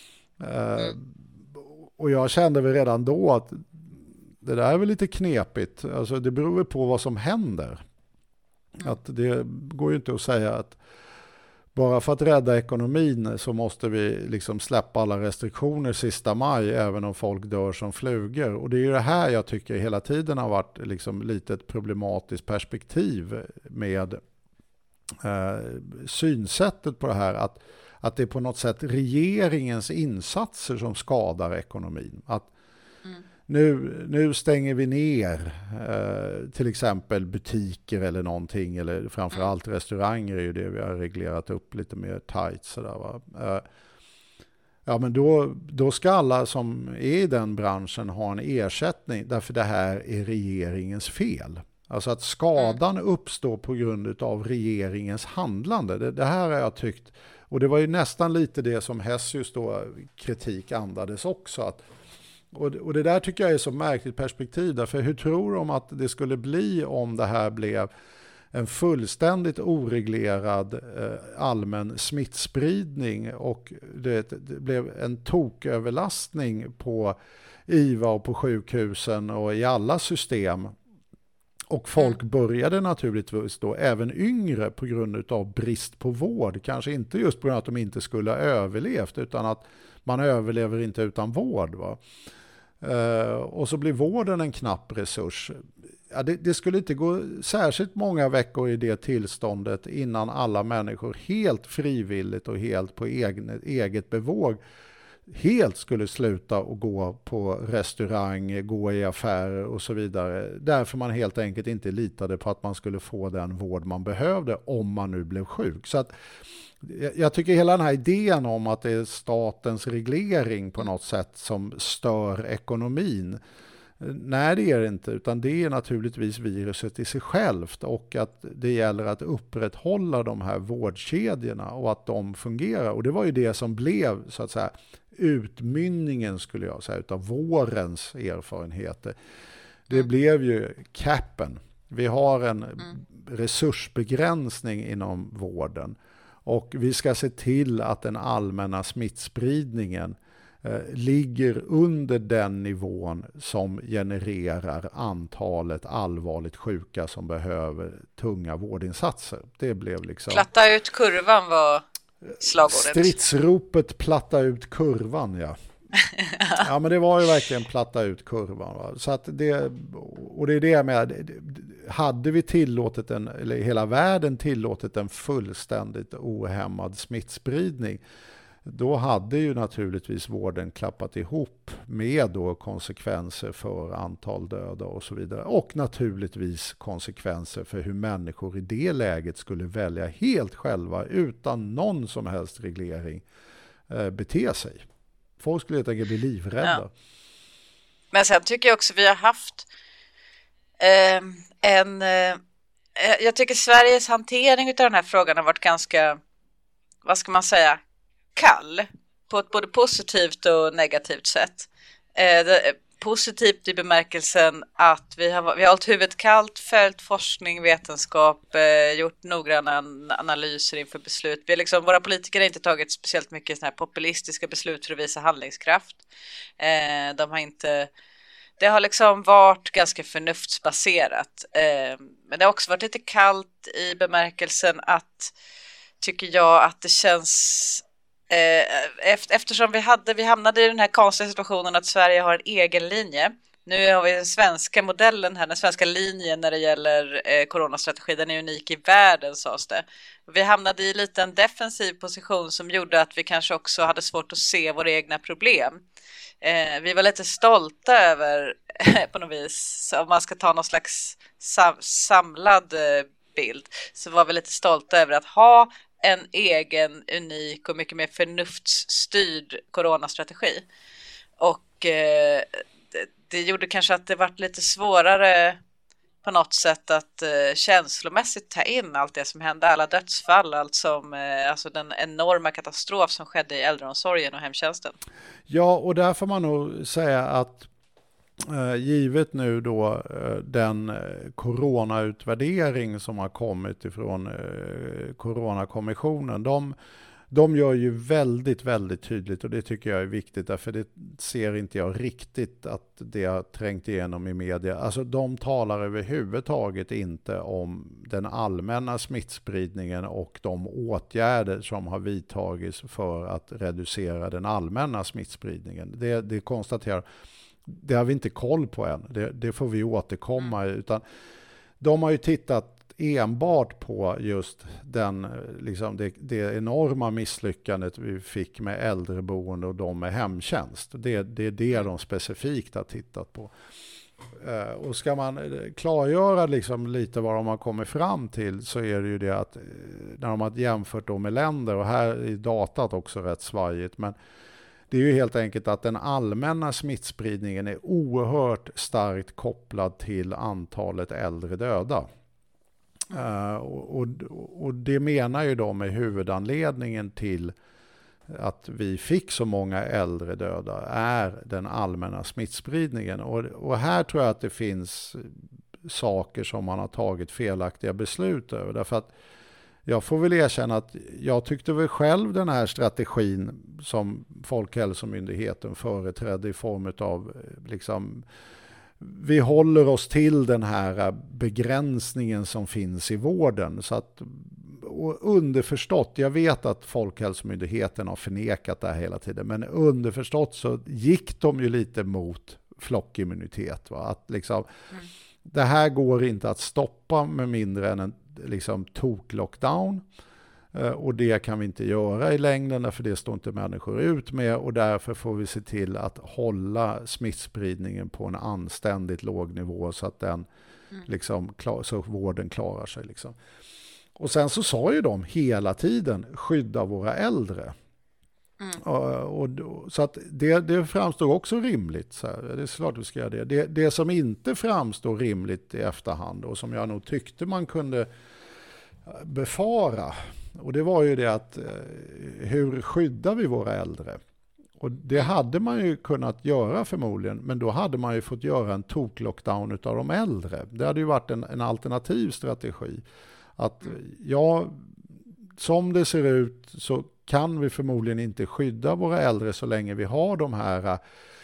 Uh, och jag kände väl redan då att det där är väl lite knepigt. Alltså det beror på vad som händer. Mm. Att det går ju inte att säga att bara för att rädda ekonomin så måste vi liksom släppa alla restriktioner sista maj även om folk dör som flugor. Och det är ju det här jag tycker hela tiden har varit liksom lite ett problematiskt perspektiv med uh, synsättet på det här, att Att det är på något sätt regeringens insatser som skadar ekonomin. Att mm. nu, nu stänger vi ner eh, till exempel butiker eller någonting. Eller framförallt mm. restauranger är ju det vi har reglerat upp lite mer tight. Sådär, va? Eh, ja, men då, då ska alla som är i den branschen ha en ersättning. Därför det här är regeringens fel. Alltså att skadan mm. uppstår på grund av regeringens handlande. Det, det här har jag tyckt. Och det var ju nästan lite det som Hessius då kritik andades också. Att, och, och det där tycker jag är så märkligt perspektiv. Därför hur tror de att det skulle bli om det här blev en fullständigt oreglerad eh, allmän smittspridning och det, det blev en toköverlastning på I V A och på sjukhusen och i alla system. Och folk började naturligtvis då, även yngre, på grund av brist på vård. Kanske inte just på grund av att de inte skulle ha överlevt, utan att man överlever inte utan vård. Va? Uh, och så blir vården en knapp resurs. Ja, det, det skulle inte gå särskilt många veckor i det tillståndet innan alla människor helt frivilligt och helt på egen, eget bevåg helt skulle sluta och gå på restaurang, gå i affärer och så vidare. Därför man helt enkelt inte litade på att man skulle få den vård man behövde om man nu blev sjuk. Så att jag tycker hela den här idén om att det är statens reglering på något sätt som stör ekonomin. Nej, det är det inte, utan det är naturligtvis viruset i sig självt och att det gäller att upprätthålla de här vårdkedjorna och att de fungerar. Och det var ju det som blev så att säga utmynningen, skulle jag säga, utav vårens erfarenheter. Det mm. blev ju capen. Vi har en mm. resursbegränsning inom vården och vi ska se till att den allmänna smittspridningen ligger under den nivån som genererar antalet allvarligt sjuka som behöver tunga vårdinsatser. Det blev liksom... Platta ut kurvan var slagordet. Stridsropet platta ut kurvan, ja. Ja, men det var ju verkligen platta ut kurvan. Va? Så att det, och det är det med, hade vi tillåtit en, eller hela världen tillåtit en fullständigt ohämmad smittspridning, då hade ju naturligtvis vården klappat ihop med då konsekvenser för antal döda och så vidare. Och naturligtvis konsekvenser för hur människor i det läget skulle välja helt själva utan någon som helst reglering eh, bete sig. Folk skulle helt enkelt bli livrädda. Ja. Men sen tycker jag också vi har haft eh, en... Eh, jag tycker Sveriges hantering av den här frågan har varit ganska, vad ska man säga, kall på ett både positivt och negativt sätt. Eh, det, positivt i bemärkelsen att vi har, vi har hållit huvudet kallt, följt forskning, vetenskap, eh, gjort noggranna analyser inför beslut. Vi liksom, våra politiker har inte tagit speciellt mycket såna här populistiska beslut för att visa handlingskraft. Eh, de har inte, det har liksom varit ganska förnuftsbaserat. Eh, men det har också varit lite kallt i bemärkelsen att, tycker jag, att det känns... Eftersom vi, hade, vi hamnade i den här konstiga situationen att Sverige har en egen linje. Nu har vi den svenska modellen här, den svenska linjen när det gäller eh, coronastrategi. Den är unik i världen, sades det. Vi hamnade i lite en defensiv position som gjorde att vi kanske också hade svårt att se våra egna problem. Eh, vi var lite stolta över, på något vis, om man ska ta någon slags sam- samlad eh, bild, så var vi lite stolta över att ha en egen, unik och mycket mer förnuftsstyrd coronastrategi. Och eh, det, det gjorde kanske att det var lite svårare på något sätt att eh, känslomässigt ta in allt det som hände, alla dödsfall, allt som, eh, alltså den enorma katastrof som skedde i äldreomsorgen och hemtjänsten. Ja, och där får man nog säga att Uh, givet nu då uh, den uh, coronautvärdering som har kommit ifrån uh, coronakommissionen, de, de gör ju väldigt, väldigt tydligt, och det tycker jag är viktigt, därför det ser inte jag riktigt att det har trängt igenom i media. Alltså de talar överhuvudtaget inte om den allmänna smittspridningen och de åtgärder som har vidtagits för att reducera den allmänna smittspridningen. Det, det konstaterar Det har vi inte koll på än. Det, det får vi återkomma i. Utan de har ju tittat enbart på just den, liksom det, det enorma misslyckandet vi fick med äldreboende och de med hemtjänst. Det, det är det de specifikt har tittat på. Uh, och ska man klargöra liksom lite vad de har kommit fram till, så är det ju det att när de har jämfört dem med länder, och här är datat också rätt svajigt, men det är ju helt enkelt att den allmänna smittspridningen är oerhört starkt kopplad till antalet äldre döda. Uh, och, och, och det menar ju de är huvudanledningen till att vi fick så många äldre döda är den allmänna smittspridningen. Och, och här tror jag att det finns saker som man har tagit felaktiga beslut över. Därför att jag får väl erkänna att jag tyckte väl själv den här strategin som Folkhälsomyndigheten företrädde i form av liksom, vi håller oss till den här begränsningen som finns i vården. Så att, och underförstått, jag vet att Folkhälsomyndigheten har förnekat det här hela tiden, men underförstått så gick de ju lite mot flockimmunitet. Va? Att liksom, mm. det här går inte att stoppa med mindre än en liksom tok-lockdown. Och det kan vi inte göra i längden, för det står inte människor ut med, och därför får vi se till att hålla smittspridningen på en anständigt låg nivå så att den mm. liksom, så vården klarar sig. Liksom. Och sen så sa ju de hela tiden skydda våra äldre. Mm. Och, och, så att det, det framstår också rimligt. Så här. Det är klart vi ska göra det. det. Det som inte framstår rimligt i efterhand och som jag nog tyckte man kunde befara, och det var ju det att hur skyddar vi våra äldre? Och det hade man ju kunnat göra förmodligen, men då hade man ju fått göra en tok-lockdown utav de äldre. Det hade ju varit en, en alternativ strategi. Att ja, som det ser ut så kan vi förmodligen inte skydda våra äldre så länge vi har de här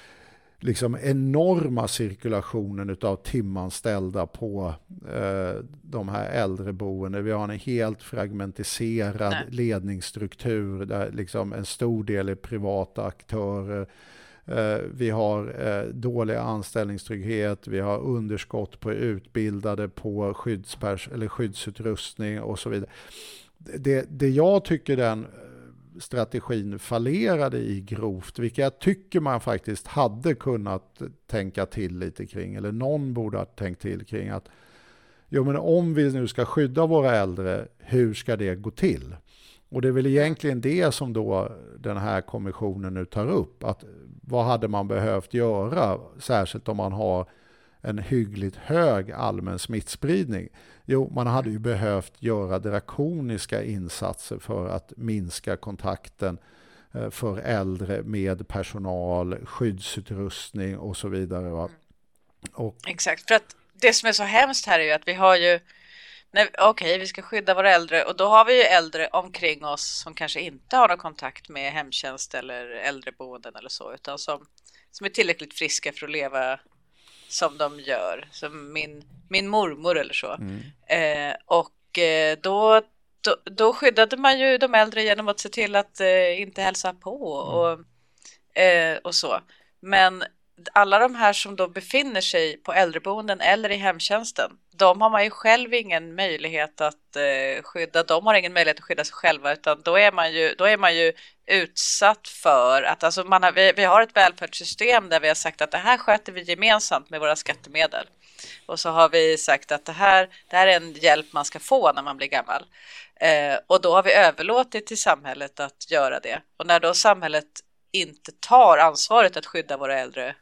liksom enorma cirkulationen utav timanställda på eh, de här äldreboende. Vi har en helt fragmentiserad Nej. ledningsstruktur där liksom en stor del är privata aktörer. Eh, vi har eh, dålig anställningstrygghet, vi har underskott på utbildade, på skyddspers- eller skyddsutrustning och så vidare. Det, det jag tycker den strategin fallerade i grovt, vilket jag tycker man faktiskt hade kunnat tänka till lite kring, eller någon borde ha tänkt till kring att jo, men om vi nu ska skydda våra äldre, hur ska det gå till? Och det är väl egentligen det som då den här kommissionen nu tar upp, att vad hade man behövt göra, särskilt om man har en hyggligt hög allmän smittspridning. Jo, man hade ju behövt göra drakoniska insatser för att minska kontakten för äldre med personal, skyddsutrustning och så vidare. Va? Och... Exakt, för att det som är så hemskt här är ju att vi har ju, okej okay, vi ska skydda våra äldre, och då har vi ju äldre omkring oss som kanske inte har någon kontakt med hemtjänst eller äldreboenden eller så, utan som, som är tillräckligt friska för att leva som de gör, som min, min mormor eller så. Mm. Eh, och eh, då, då, då skyddade man ju de äldre genom att se till att eh, inte hälsa på och, mm. eh, och så. Men alla de här som då befinner sig på äldreboenden eller i hemtjänsten, de har man ju själv ingen möjlighet att eh, skydda. De har ingen möjlighet att skydda sig själva, utan då är man ju, då är man ju utsatt för att alltså man har, vi, vi har ett välfärdssystem där vi har sagt att det här sköter vi gemensamt med våra skattemedel. Och så har vi sagt att det här, det här är en hjälp man ska få när man blir gammal. Eh, och då har vi överlåtit till samhället att göra det. Och när då samhället inte tar ansvaret att skydda våra äldre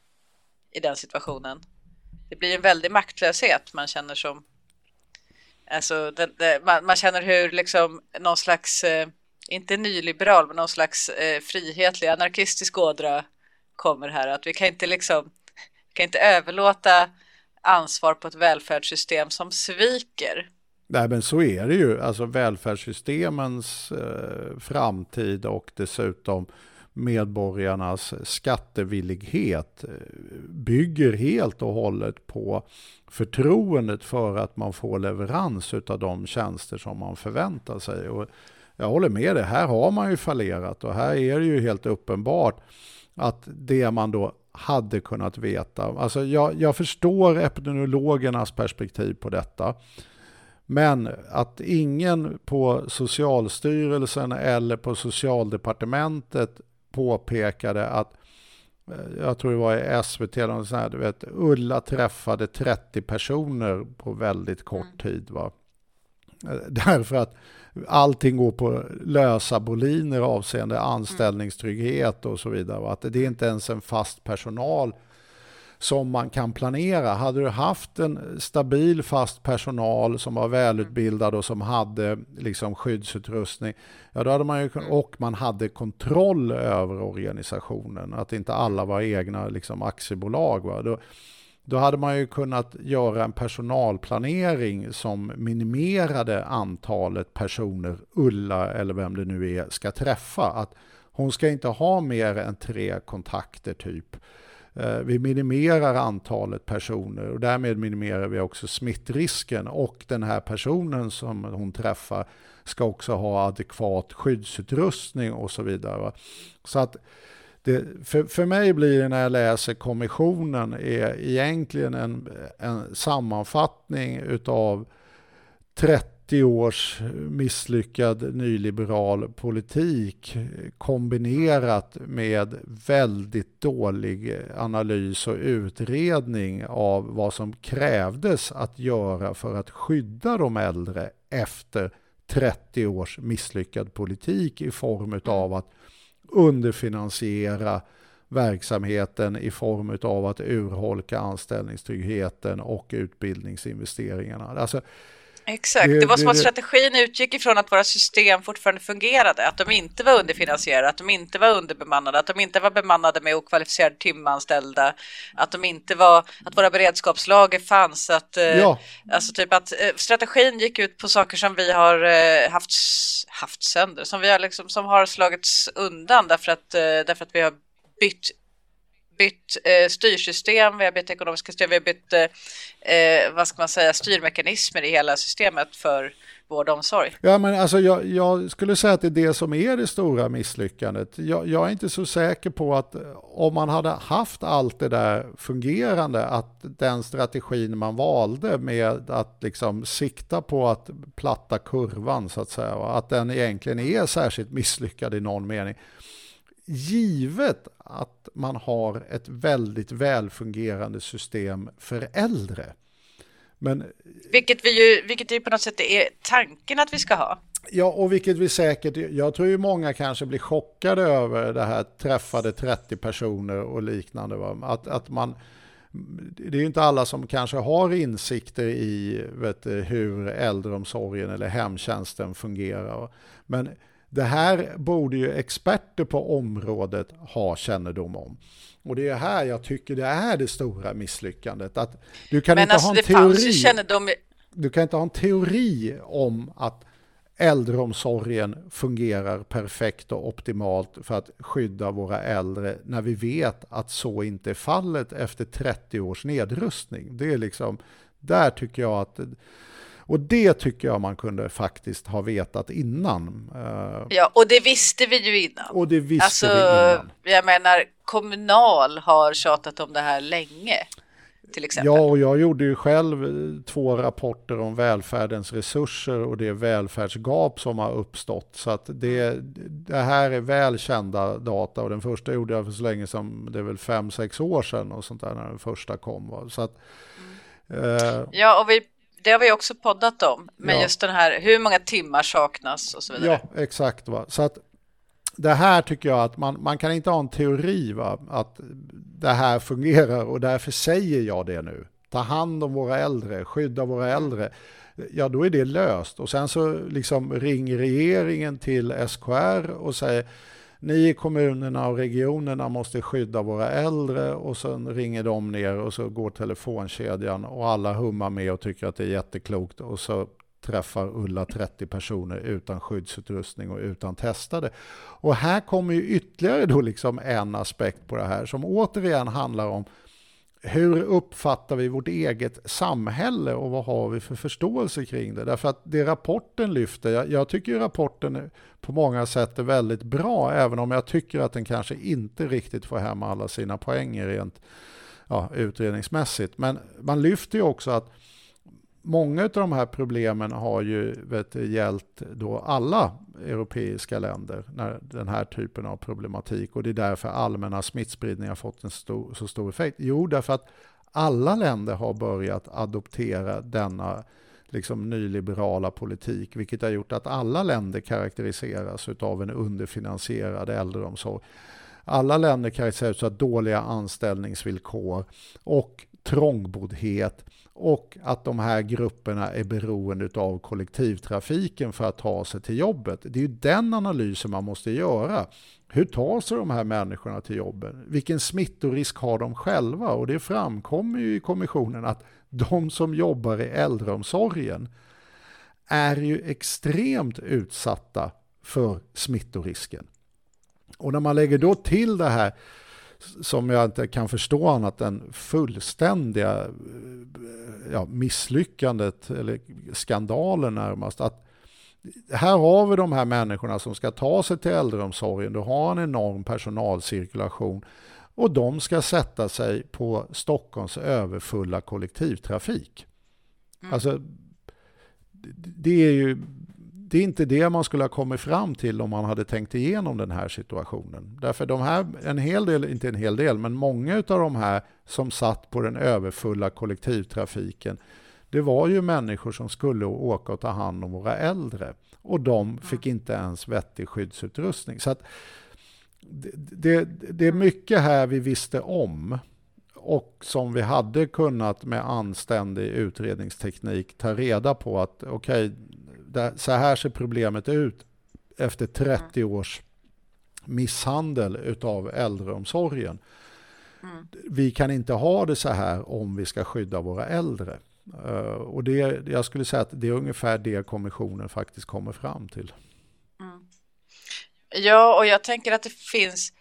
i den situationen, det blir en väldig maktlöshet man känner som, alltså det, det, man, man känner hur liksom någon slags eh, inte nyliberal men någon slags eh, frihetlig anarkistisk ådra kommer här, att vi kan inte liksom kan inte överlåta ansvar på ett välfärdssystem som sviker. Nej, men så är det ju, alltså välfärdssystemens eh, framtid och dessutom medborgarnas skattevillighet bygger helt och hållet på förtroendet för att man får leverans av de tjänster som man förväntar sig. Och jag håller med dig, här har man ju fallerat, och här är det ju helt uppenbart att det man då hade kunnat veta. Alltså jag, jag förstår epidemiologernas perspektiv på detta. Men att ingen på Socialstyrelsen eller på Socialdepartementet påpekade att, jag tror det var i S V T, eller sån här, du vet, Ulla träffade trettio personer på väldigt kort mm. tid. Va? Därför att allting går på lösa boliner avseende anställningstrygghet och så vidare. Va? Att det är inte ens en fast personal som man kan planera. Hade du haft en stabil fast personal som var välutbildad och som hade liksom skyddsutrustning, ja, då hade man ju, och man hade kontroll över organisationen, att inte alla var egna liksom aktiebolag, va? Då, då hade man ju kunnat göra en personalplanering som minimerade antalet personer Ulla, eller vem det nu är, ska träffa. Att hon ska inte ha mer än tre kontakter typ. Vi minimerar antalet personer och därmed minimerar vi också smittrisken, och den här personen som hon träffar ska också ha adekvat skyddsutrustning och så vidare. Va? Så att det, för, för mig blir det, när jag läser kommissionen, är egentligen en, en sammanfattning utav trettio trettio års misslyckad nyliberal politik kombinerat med väldigt dålig analys och utredning av vad som krävdes att göra för att skydda de äldre efter trettio års misslyckad politik i form av att underfinansiera verksamheten, i form av att urholka anställningstryggheten och utbildningsinvesteringarna. Alltså, Exakt, det, det var som det, att strategin utgick ifrån att våra system fortfarande fungerade, att de inte var underfinansierade, att de inte var underbemannade, att de inte var bemannade med okvalificerade timanställda, att de inte var, att våra beredskapslager fanns, att, ja. alltså typ att strategin gick ut på saker som vi har haft, haft sönder, som vi har liksom, som har slagits undan därför att, därför att vi har bytt bytt eh, styrsystem, vi har bytt ekonomiska system, vi har bytt eh, vad ska man säga, styrmekanismer i hela systemet för vård och omsorg. Ja, men alltså jag, jag skulle säga att det är det som är det stora misslyckandet. Jag, jag är inte så säker på att om man hade haft allt det där fungerande, att den strategin man valde med att liksom sikta på att platta kurvan så att säga, att den egentligen är särskilt misslyckad i någon mening. Givet att man har ett väldigt välfungerande system för äldre. Men, vilket, vi ju, vilket ju på något sätt är tanken att vi ska ha. Ja, och vilket vi säkert, jag tror ju många kanske blir chockade över det här träffade trettio personer och liknande. Va? Att, att man, det är ju inte alla som kanske har insikter i vet du, hur äldreomsorgen eller hemtjänsten fungerar. Men det här borde ju experter på området ha kännedom om. Och det är här jag tycker det är det stora misslyckandet. Att du kan Men inte alltså, ha en det teori. Kännedom... Du kan inte ha en teori om att äldreomsorgen fungerar perfekt och optimalt för att skydda våra äldre när vi vet att så inte är fallet efter trettio års nedrustning. Det är liksom, där tycker jag att... Och det tycker jag man kunde faktiskt ha vetat innan. Ja, och det visste vi ju innan. Och det visste alltså, vi innan. Jag menar, Kommunal har tjatat om det här länge, till exempel. Ja, och jag gjorde ju själv två rapporter om välfärdens resurser och det välfärdsgap som har uppstått. Så att det, det här är välkända data. Och den första gjorde jag för så länge som, det är väl fem, sex år sedan och sånt där när den första kom. Så att, mm. eh, ja, och vi det har vi också poddat om, men ja. Just den här, hur många timmar saknas och så vidare. Ja, exakt. Va? Så att det här tycker jag att man, man kan inte ha en teori va? Att det här fungerar och därför säger jag det nu. Ta hand om våra äldre, skydda våra äldre. Ja, då är det löst. Och sen så liksom ringer regeringen till S K R och säger ni i kommunerna och regionerna måste skydda våra äldre och sen ringer de ner och så går telefonkedjan och alla hummar med och tycker att det är jätteklokt och så träffar Ulla trettio personer utan skyddsutrustning och utan testade. Och här kommer ju ytterligare då liksom en aspekt på det här som återigen handlar om hur uppfattar vi vårt eget samhälle och vad har vi för förståelse kring det? Därför att det rapporten lyfter, jag, jag tycker rapporten på många sätt är väldigt bra, även om jag tycker att den kanske inte riktigt får hem alla sina poänger rent ja, utredningsmässigt. Men man lyfter ju också att många av de här problemen har ju vet, gällt då alla europeiska länder när den här typen av problematik och det är därför allmänna smittspridning har fått en stor, så stor effekt. Jo, därför att alla länder har börjat adoptera denna liksom nyliberala politik, vilket har gjort att alla länder karaktäriseras av en underfinansierad äldreomsorg. Alla länder karaktäriseras av dåliga anställningsvillkor och trångboddhet och att de här grupperna är beroende av kollektivtrafiken för att ta sig till jobbet. Det är ju den analysen man måste göra. Hur tar sig de här människorna till jobben? Vilken smittorisk har de själva? Och det framkommer ju i kommissionen att de som jobbar i äldreomsorgen är ju extremt utsatta för smittorisken. Och när man lägger då till det här som jag inte kan förstå annat än fullständiga ja, misslyckandet eller skandalen närmast. Att här har vi de här människorna som ska ta sig till äldreomsorgen. Du har en enorm personalcirkulation och de ska sätta sig på Stockholms överfulla kollektivtrafik. Mm. Alltså det är ju det är inte det man skulle ha kommit fram till om man hade tänkt igenom den här situationen. Därför de här, en hel del, inte en hel del, men många av de här som satt på den överfulla kollektivtrafiken, det var ju människor som skulle åka och ta hand om våra äldre. Och de fick inte ens vettig skyddsutrustning. Så att det, det, det är mycket här vi visste om. Och som vi hade kunnat med anständig utredningsteknik ta reda på att okej, okay, så här ser problemet ut efter trettio års misshandel utav äldreomsorgen. Mm. Vi kan inte ha det så här om vi ska skydda våra äldre. Uh, och det, jag skulle säga att det är ungefär det kommissionen faktiskt kommer fram till. Mm. Ja, och jag tänker att det finns,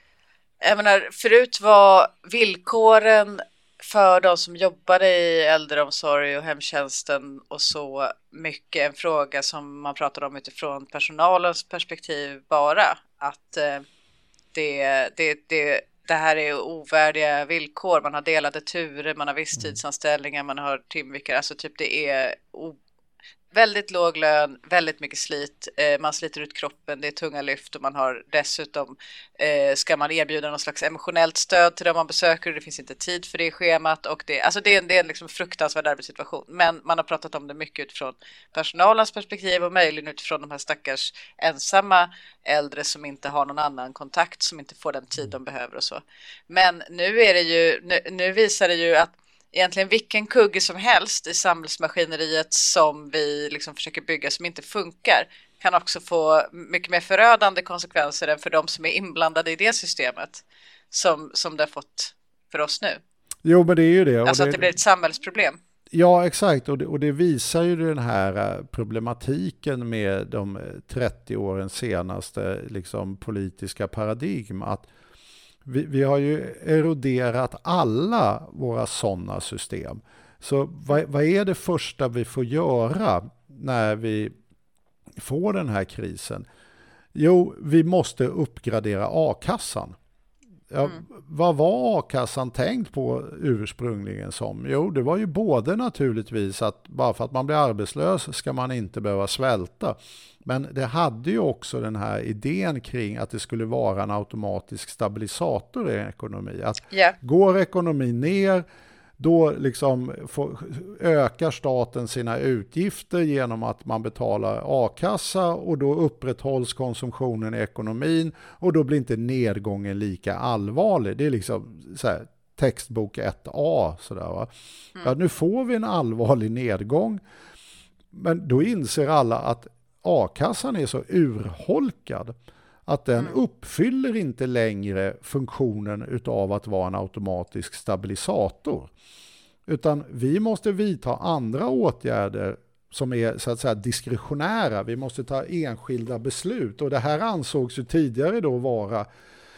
jag menar, förut var villkoren för de som jobbade i äldreomsorg och hemtjänsten och så mycket en fråga som man pratar om utifrån personalens perspektiv bara. Att eh, det, det, det, det här är ovärdiga villkor. Man har delade turer, man har visstidsanställningar, man har timvikar. Alltså typ det är o- väldigt låg lön, väldigt mycket slit. Eh, man sliter ut kroppen, det är tunga lyft och man har dessutom, eh, ska man erbjuda någon slags emotionellt stöd till dem man besöker och det finns inte tid för det i schemat. Och det, alltså det är en, det är en liksom fruktansvärd arbetssituation. Men man har pratat om det mycket utifrån personalens perspektiv och möjligen utifrån de här stackars ensamma äldre som inte har någon annan kontakt, som inte får den tid de behöver och så. Men nu är det ju, nu, nu visar det ju att egentligen vilken kugge som helst i samhällsmaskineriet som vi liksom försöker bygga som inte funkar kan också få mycket mer förödande konsekvenser än för de som är inblandade i det systemet som, som det har fått för oss nu. Jo, men det är ju det. Alltså det, att det blir ett samhällsproblem. Ja, exakt. Och det, och det visar ju den här problematiken med de trettio årens senaste liksom, politiska paradigm. Att vi, vi har ju eroderat alla våra sådana system. Så vad, vad är det första vi får göra när vi får den här krisen? Jo, vi måste uppgradera a-kassan. Ja, mm. Vad var a-kassan tänkt på ursprungligen som? Jo, det var ju både naturligtvis att bara för att man blir arbetslös ska man inte behöva svälta. Men det hade ju också den här idén kring att det skulle vara en automatisk stabilisator i ekonomi. Att yeah. Går ekonomin ner, då liksom får, ökar staten sina utgifter genom att man betalar a-kassa och då upprätthålls konsumtionen i ekonomin och då blir inte nedgången lika allvarlig. Det är liksom så här, textbok ett A. Sådär, va? Mm. Ja, nu får vi en allvarlig nedgång, men då inser alla att a-kassan är så urholkad att den mm. uppfyller inte längre funktionen utav att vara en automatisk stabilisator. Utan vi måste vidta andra åtgärder som är så att säga diskretionära. Vi måste ta enskilda beslut. Och det här ansågs ju tidigare då vara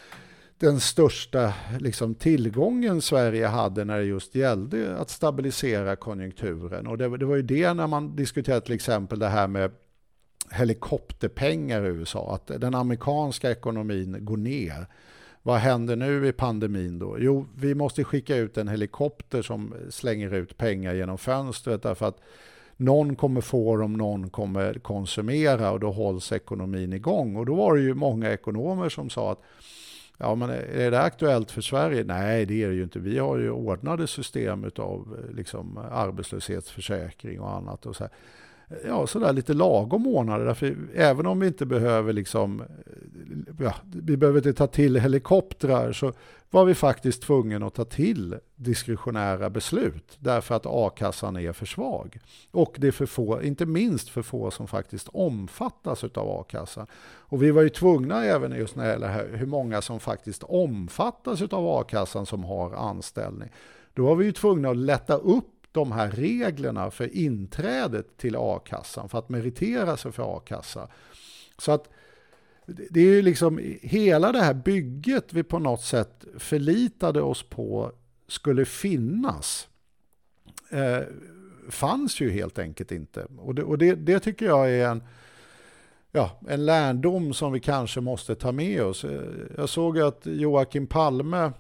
den största liksom, tillgången Sverige hade när det just gällde att stabilisera konjunkturen. Och det, det var ju det när man diskuterade till exempel det här med helikopterpengar i U S A, att den amerikanska ekonomin går ner. Vad händer nu i pandemin då? Jo, vi måste skicka ut en helikopter som slänger ut pengar genom fönstret därför att någon kommer få dem, någon kommer konsumera och då hålls ekonomin igång. Och då var det ju många ekonomer som sa att ja, men är det aktuellt för Sverige? Nej, det är det ju inte. Vi har ju ordnade system av liksom, arbetslöshetsförsäkring och annat och så här. Ja, sådär lite lagom månader. Därför, även om vi inte behöver liksom, ja, vi behöver inte ta till helikoptrar så var vi faktiskt tvungna att ta till diskretionära beslut därför att a-kassan är för svag. Och det är för få, inte minst för få som faktiskt omfattas av a-kassan. Och vi var ju tvungna även just när det gäller hur många som faktiskt omfattas av a-kassan som har anställning. Då var vi ju tvungna att lätta upp de här reglerna för inträdet till a-kassan för att meritera sig för a-kassa. Så att det är ju liksom hela det här bygget vi på något sätt förlitade oss på skulle finnas eh, fanns ju helt enkelt inte. Och det, och det, det tycker jag är en, ja, en lärdom som vi kanske måste ta med oss. Jag såg att Joakim Palme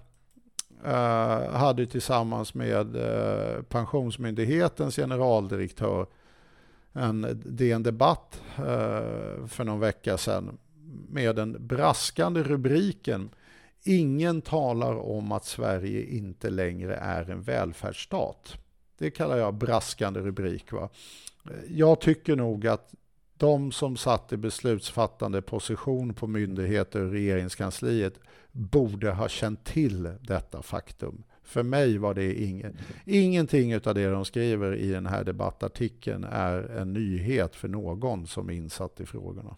Uh, hade tillsammans med uh, Pensionsmyndighetens generaldirektör en D N-debatt för någon vecka sedan med den braskande rubriken "Ingen talar om att Sverige inte längre är en välfärdsstat". Det kallar jag braskande rubrik, va? Jag tycker nog att de som satt i beslutsfattande position på myndigheter och regeringskansliet borde ha känt till detta faktum. För mig var det ingen, ingenting av det de skriver i den här debattartikeln är en nyhet för någon som är insatt i frågorna.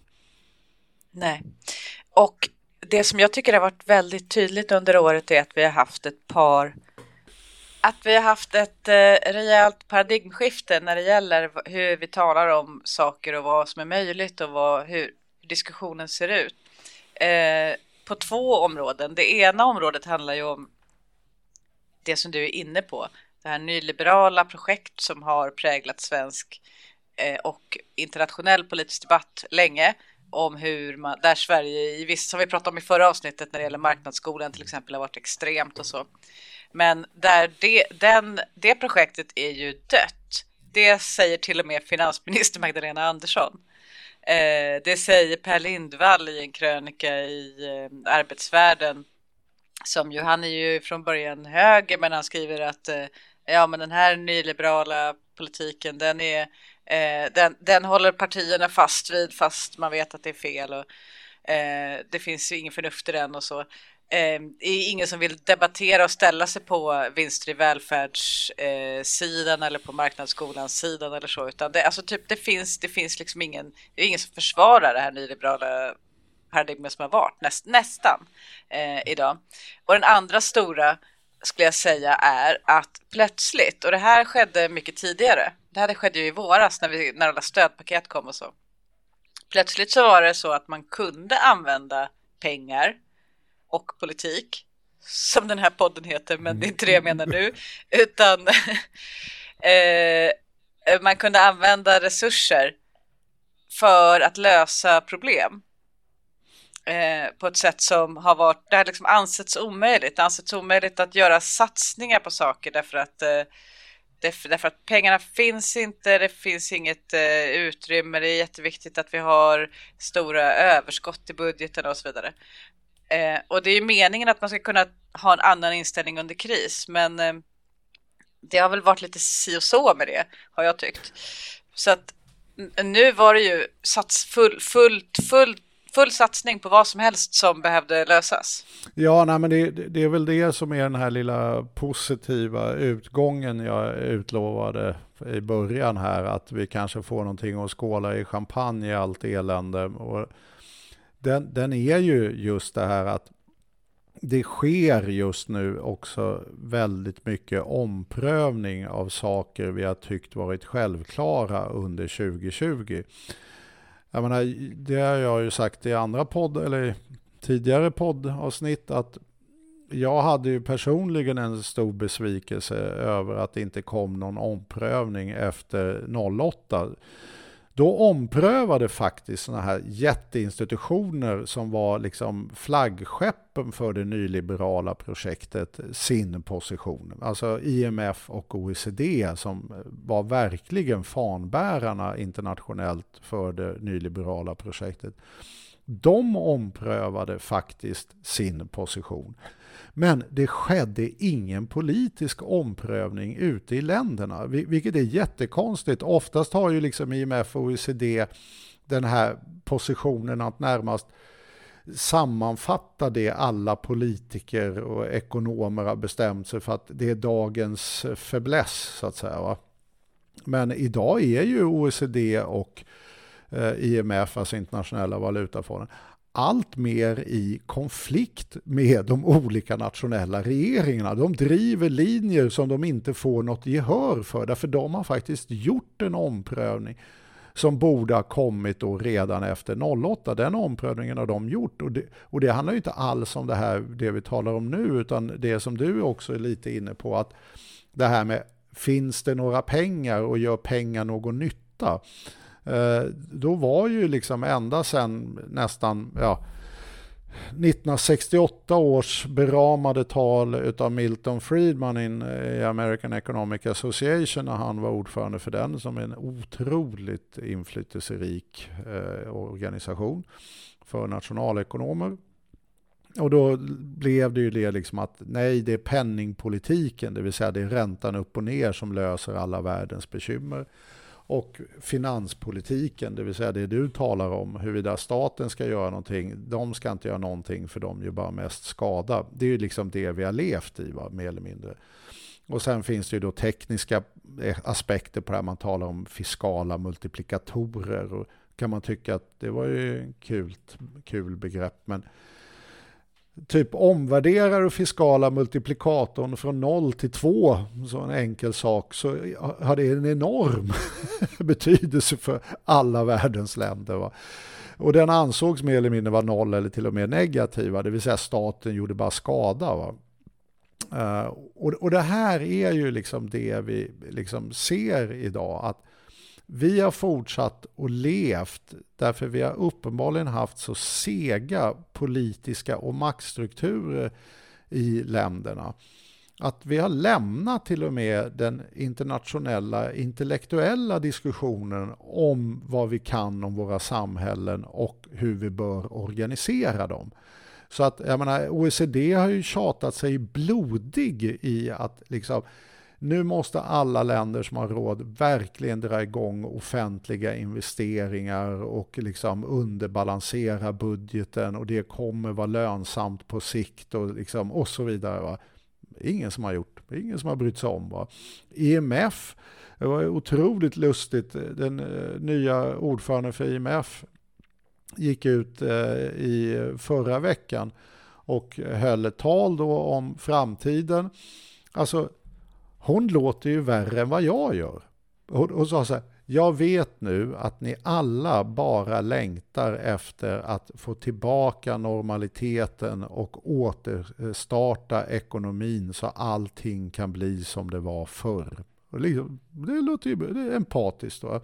Nej. Och det som jag tycker har varit väldigt tydligt under året är att vi har haft ett par att vi har haft ett eh, rejält paradigmskifte när det gäller hur vi talar om saker och vad som är möjligt och vad, hur diskussionen ser ut. Eh, på två områden. Det ena området handlar ju om det som du är inne på. Det här nyliberala projekt som har präglat svensk eh, och internationell politisk debatt länge. Om hur man, där Sverige, i vissa, som vi pratade om i förra avsnittet när det gäller marknadsskolan till exempel, har varit extremt och så. Men där det, den, det projektet är ju dött. Det säger till och med finansminister Magdalena Andersson. Eh, det säger Per Lindvall i en krönika i eh, Arbetsvärlden. Som ju, han är ju från början höger, men han skriver att eh, ja, men den här nyliberala politiken, den är eh, den, den håller partierna fast vid fast man vet att det är fel och eh, det finns ju ingen förnuft i den och så. Eh, det är ingen som vill debattera och ställa sig på vinster i välfärdssidan eh, eller på marknadsskolans sidan eller så, utan det, alltså typ, det finns det finns liksom ingen, det är ingen som försvarar det här nyliberala paradigmet som har varit näst, nästan eh, idag. Och den andra stora skulle jag säga är att plötsligt, och det här skedde mycket tidigare, det här skedde ju i våras när, vi, när alla stödpaket kom och så. Plötsligt så var det så att man kunde använda pengar och politik, som den här podden heter, men det är inte det jag menar nu, utan eh, man kunde använda resurser för att lösa problem eh, på ett sätt som har varit, det har liksom ansetts omöjligt, ansetts omöjligt att göra satsningar på saker därför att eh, därför att pengarna finns inte, det finns inget eh, utrymme, det är jätteviktigt att vi har stora överskott i budgeten och så vidare. Eh, och det är ju meningen att man ska kunna ha en annan inställning under kris, men eh, det har väl varit lite si och så med det, har jag tyckt. Så att n- nu var det ju sats full, full, full, full satsning på vad som helst som behövde lösas. Ja, nej, men det, det är väl det som är den här lilla positiva utgången jag utlovade i början här, att vi kanske får någonting att skåla i champagne i allt elände. Och Den, den är ju just det här att det sker just nu också väldigt mycket omprövning av saker vi har tyckt varit självklara under tjugo tjugo. Jag menar, det har jag ju sagt i andra podd eller tidigare poddavsnitt att jag hade ju personligen en stor besvikelse över att det inte kom någon omprövning efter noll åtta. Då omprövade faktiskt såna här jätteinstitutioner som var liksom flaggskeppen för det nyliberala projektet sin position. Alltså I M F och O E C D som var verkligen fanbärarna internationellt för det nyliberala projektet. De omprövade faktiskt sin position. Men det skedde ingen politisk omprövning ute i länderna, vilket är jättekonstigt. Oftast har ju liksom I M F och O E C D den här positionen att närmast sammanfatta det alla politiker och ekonomer har bestämt sig för att det är dagens fäbless så att säga, va? Men idag är ju O E C D och eh, I M F, alltså internationella valutafonden, allt mer i konflikt med de olika nationella regeringarna. De driver linjer som de inte får något gehör för, därför de har faktiskt gjort en omprövning som borde ha kommit då redan efter noll åtta. Den omprövningen har de gjort, och det, och det handlar ju inte alls om det här det vi talar om nu, utan det som du också är lite inne på, att det här med finns det några pengar och gör pengar någon nytta? Då var ju liksom ända sedan nästan ja, nittonhundrasextioåtta års beramade tal utav Milton Friedman in, i American Economic Association när han var ordförande för den, som är en otroligt inflytelserik eh, organisation för nationalekonomer. Och då blev det ju det liksom att nej, det är penningpolitiken, det vill säga det är räntan upp och ner som löser alla världens bekymmer. Och finanspolitiken, det vill säga det du talar om, huruvida staten ska göra någonting, de ska inte göra någonting för de gör bara mest skada. Det är ju liksom det vi har levt i, va, mer eller mindre. Och sen finns det ju då tekniska aspekter på det här, man talar om fiskala multiplikatorer, och kan man tycka att det var ju en kul, kul begrepp, men typ omvärderar du fiskala multiplikatorn från noll till två, så en enkel sak, så har det en enorm betydelse för alla världens länder. Va? Och den ansågs mer eller mindre vara noll eller till och med negativa, det vill säga staten gjorde bara skada. Va? Uh, och, och det här är ju liksom det vi liksom ser idag, att vi har fortsatt och levt därför vi har uppenbarligen haft så sega politiska och maktstrukturer i länderna. Att vi har lämnat till och med den internationella intellektuella diskussionen om vad vi kan om våra samhällen och hur vi bör organisera dem. Så att jag menar, O E C D har ju tjatat sig blodig i att liksom nu måste alla länder som har råd verkligen dra igång offentliga investeringar och liksom underbalansera budgeten, och det kommer vara lönsamt på sikt och, liksom, och så vidare. Va? Ingen som har gjort, ingen som har brytt sig om. Va? I M F, det var otroligt lustigt, den uh, nya ordföranden för I M F gick ut uh, i förra veckan och höll ett tal då om framtiden. Alltså, hon låter ju värre än vad jag gör. Och, och sa så här, jag vet nu att ni alla bara längtar efter att få tillbaka normaliteten och återstarta ekonomin så allting kan bli som det var förr. Och liksom, det låter ju det är empatiskt. Va?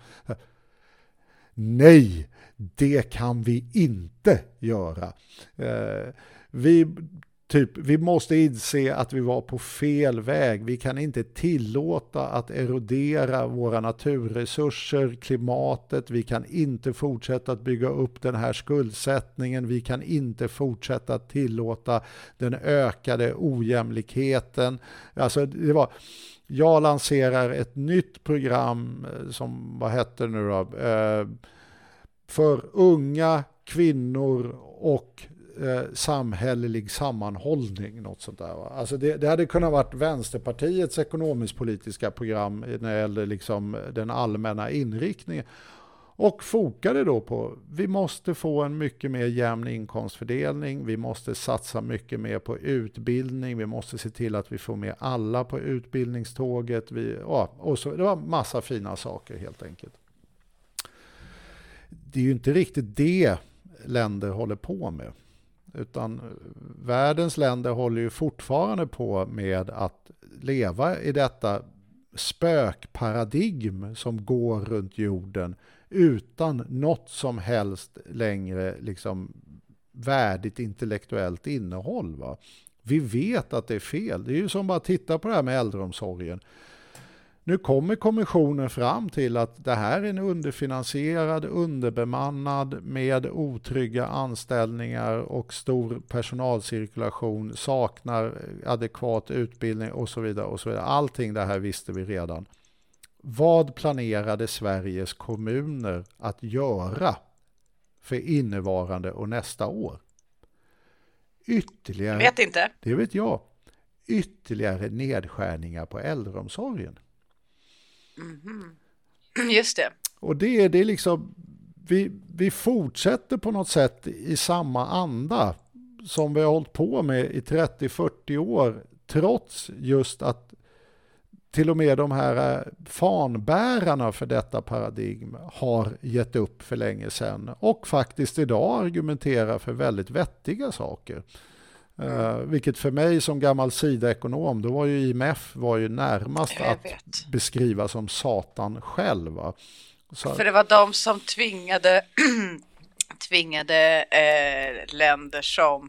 Nej, det kan vi inte göra. Eh, vi... Typ, vi måste inse att vi var på fel väg. Vi kan inte tillåta att erodera våra naturresurser, klimatet. Vi kan inte fortsätta att bygga upp den här skuldsättningen. Vi kan inte fortsätta att tillåta den ökade ojämlikheten. Alltså, det var, jag lanserar ett nytt program som, vad heter det nu då? Eh, för unga kvinnor och Eh, samhällelig sammanhållning, något sånt där. Va? Alltså det, det hade kunnat varit Vänsterpartiets ekonomisk-politiska program när det gäller liksom den allmänna inriktningen, och fokade då på vi måste få en mycket mer jämn inkomstfördelning, vi måste satsa mycket mer på utbildning, vi måste se till att vi får med alla på utbildningståget, vi, ja, och så, det var massa fina saker helt enkelt. Det är ju inte riktigt det länder håller på med. Utan världens länder håller ju fortfarande på med att leva i detta spökparadigm som går runt jorden utan något som helst längre liksom värdigt intellektuellt innehåll. Va? Vi vet att det är fel. Det är ju som bara att titta på det här med äldreomsorgen. Nu kommer kommissionen fram till att det här är en underfinansierad, underbemannad med otrygga anställningar och stor personalcirkulation, saknar adekvat utbildning och så vidare och så vidare. Allting det här visste vi redan. Vad planerade Sveriges kommuner att göra för innevarande och nästa år? Ytterligare, jag vet inte. Det vet jag. Ytterligare nedskärningar på äldreomsorgen. Mm-hmm. Just det. Och det är det liksom, vi, vi fortsätter på något sätt i samma anda som vi har hållit på med i trettio till fyrtio år, trots just att till och med de här fanbärarna för detta paradigm har gett upp för länge sedan och faktiskt idag argumenterar för väldigt vettiga saker. Uh, vilket för mig som gammal sidoekonom, då var ju I M F var ju närmast att beskriva som Satan själva. Så... För det var de som tvingade tvingade eh, länder som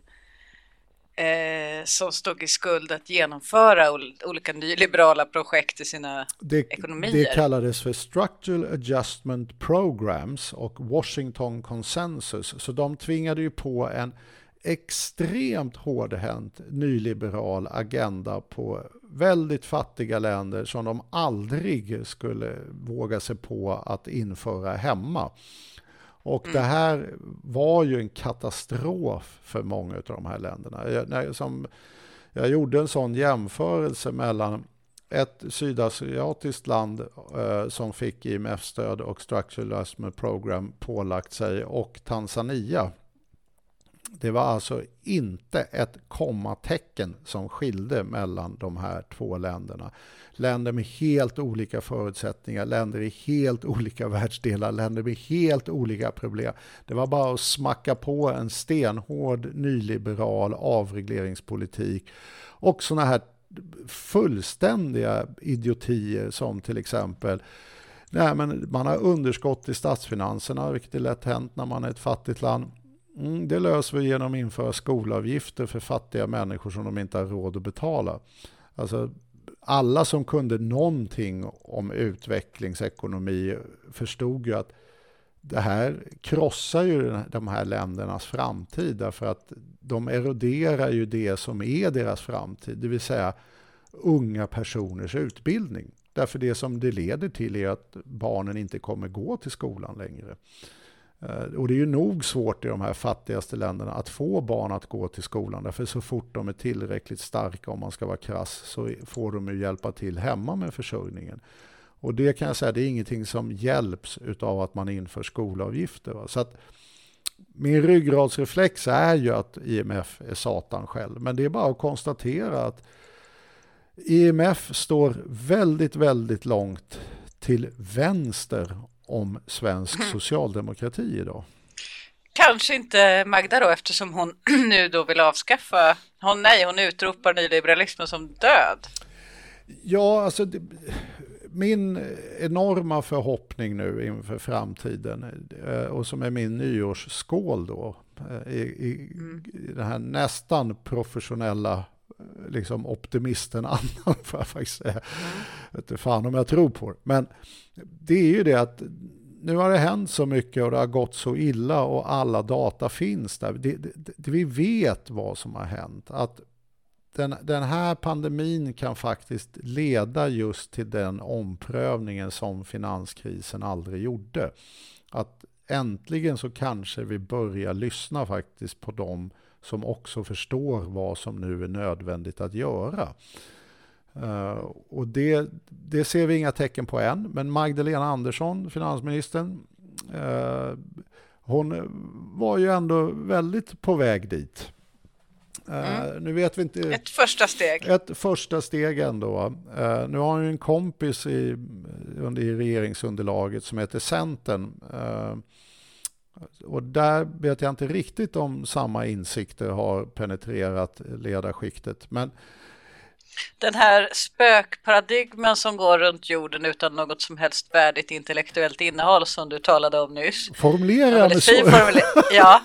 Eh, som stod i skuld att genomföra ol- olika nyliberala projekt i sina det, ekonomier. Det kallades för Structural Adjustment Programs och Washington Consensus. Så de tvingade ju på en extremt hårdhänt nyliberal agenda på väldigt fattiga länder som de aldrig skulle våga sig på att införa hemma. Och mm. det här var ju en katastrof för många av de här länderna. Jag, när, som, jag gjorde en sån jämförelse mellan ett sydasiatiskt land eh, som fick I M F-stöd och Structural Adjustment Program pålagt sig och Tanzania. Det var alltså inte ett kommatecken som skilde mellan de här två länderna. Länder med helt olika förutsättningar, länder i helt olika världsdelar, länder med helt olika problem. Det var bara att smacka på en stenhård nyliberal avregleringspolitik och såna här fullständiga idiotier som till exempel nej, men man har underskott i statsfinanserna, vilket är lätt hänt när man är ett fattigt land. Mm, det löser vi genom att införa skolavgifter för fattiga människor som de inte har råd att betala. Alltså alla som kunde någonting om utvecklingsekonomi förstod ju att det här krossar ju de här ländernas framtid därför att de eroderar ju det som är deras framtid, det vill säga unga personers utbildning. Därför det som det leder till är att barnen inte kommer gå till skolan längre. Och det är ju nog svårt i de här fattigaste länderna att få barn att gå till skolan. Därför så fort de är tillräckligt starka, om man ska vara krass, så får de ju hjälpa till hemma med försörjningen. Och det kan jag säga, det är ingenting som hjälps utav att man inför skolavgifter. Va? Så att min ryggradsreflex är ju att I M F är satan själv. Men det är bara att konstatera att I M F står väldigt, väldigt långt till vänster om svensk socialdemokrati idag. Kanske inte Magda då, eftersom hon nu då vill avskaffa, hon, nej, hon utropar nyliberalismen som död. Ja, alltså det, min enorma förhoppning nu inför framtiden och som är min nyårsskål då i, i, mm. i den här nästan professionella liksom optimisten annan får jag faktiskt säga. Mm. Vet inte fan om jag tror på det. Men det är ju det att nu har det hänt så mycket och det har gått så illa och alla data finns där. Det, det, det, vi vet vad som har hänt. Att den, den här pandemin kan faktiskt leda just till den omprövningen som finanskrisen aldrig gjorde. Att äntligen så kanske vi börjar lyssna faktiskt på dem som också förstår vad som nu är nödvändigt att göra. Uh, och det, det ser vi inga tecken på än. Men Magdalena Andersson, finansministern, uh, hon var ju ändå väldigt på väg dit. Uh, mm. Nu vet vi inte... Ett första steg. Ett första steg ändå. Uh, nu har hon ju en kompis i, under i regeringsunderlaget som heter Centern. Uh, Och där vet jag inte riktigt om samma insikter har penetrerat ledarskiktet. Men den här spökparadigmen som går runt jorden utan något som helst värdigt intellektuellt innehåll som du talade om nyss. Formulera det så. Formule- ja.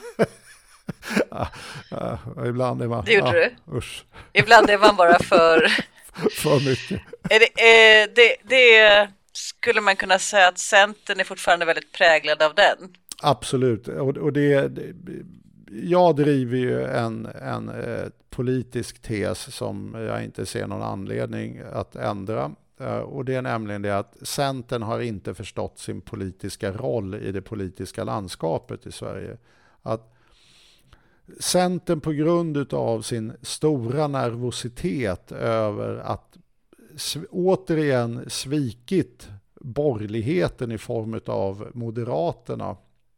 ja, ja. Ibland är man... Det gjorde ja, du. Usch. Ibland är man bara för... för mycket. Är det, är det, det skulle man kunna säga att Centern är fortfarande väldigt präglad av den. Absolut, och, och det, det, jag driver ju en, en eh, politisk tes som jag inte ser någon anledning att ändra. Eh, och det är nämligen det att Centern har inte förstått sin politiska roll i det politiska landskapet i Sverige. Att Centern på grund av sin stora nervositet över att sv- återigen svikit borgerligheten i form av Moderaterna,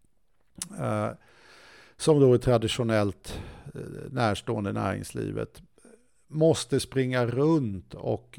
Eh, som då är traditionellt eh, närstående näringslivet, måste springa runt och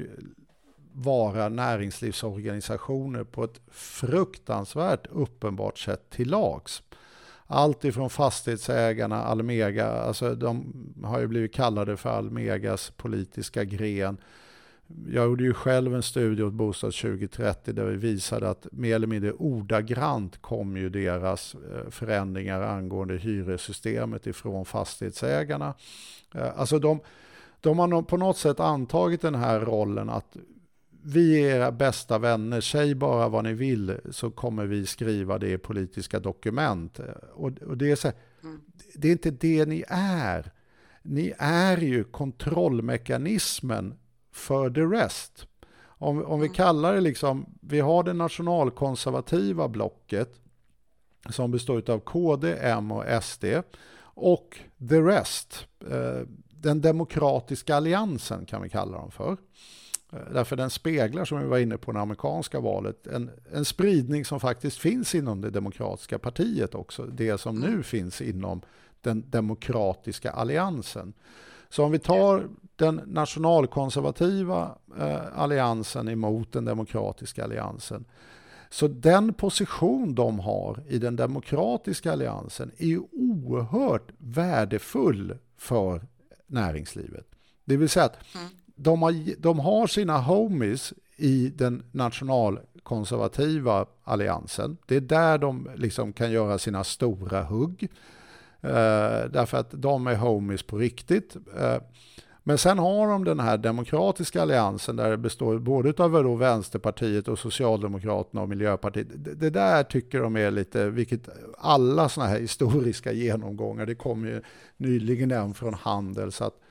vara näringslivsorganisationer på ett fruktansvärt uppenbart sätt till lags. Allt ifrån fastighetsägarna, Almega, alltså de har ju blivit kallade för Almegas politiska gren, Jag gjorde ju själv en studie åt Bostad tjugo trettio där vi visade att mer eller mindre ordagrant kom ju deras förändringar angående hyressystemet ifrån fastighetsägarna. Alltså de, de har på något sätt antagit den här rollen att vi är era bästa vänner, säg bara vad ni vill så kommer vi skriva det i politiska dokument. Och, och det är så här, mm. det är inte det ni är. Ni är ju kontrollmekanismen för the rest. Om, om vi kallar det liksom, vi har det nationalkonservativa blocket som består av K D, M och S D och the rest. Eh, den demokratiska alliansen kan vi kalla dem för. Därför den speglar, som vi var inne på, det amerikanska valet, en, en spridning som faktiskt finns inom det demokratiska partiet också. Det som nu finns inom den demokratiska alliansen. Så om vi tar den nationalkonservativa eh, alliansen emot den demokratiska alliansen. Så den position de har i den demokratiska alliansen är ju oerhört värdefull för näringslivet. Det vill säga att mm. de, har, de har sina homies i den nationalkonservativa alliansen. Det är där de liksom kan göra sina stora hugg. Uh, därför att de är homies på riktigt. Uh, men sen har de den här demokratiska alliansen där det består både av då Vänsterpartiet och Socialdemokraterna och Miljöpartiet. Det, det där tycker de är lite, vilket alla såna här historiska genomgångar, det kom ju nyligen en från Handel så att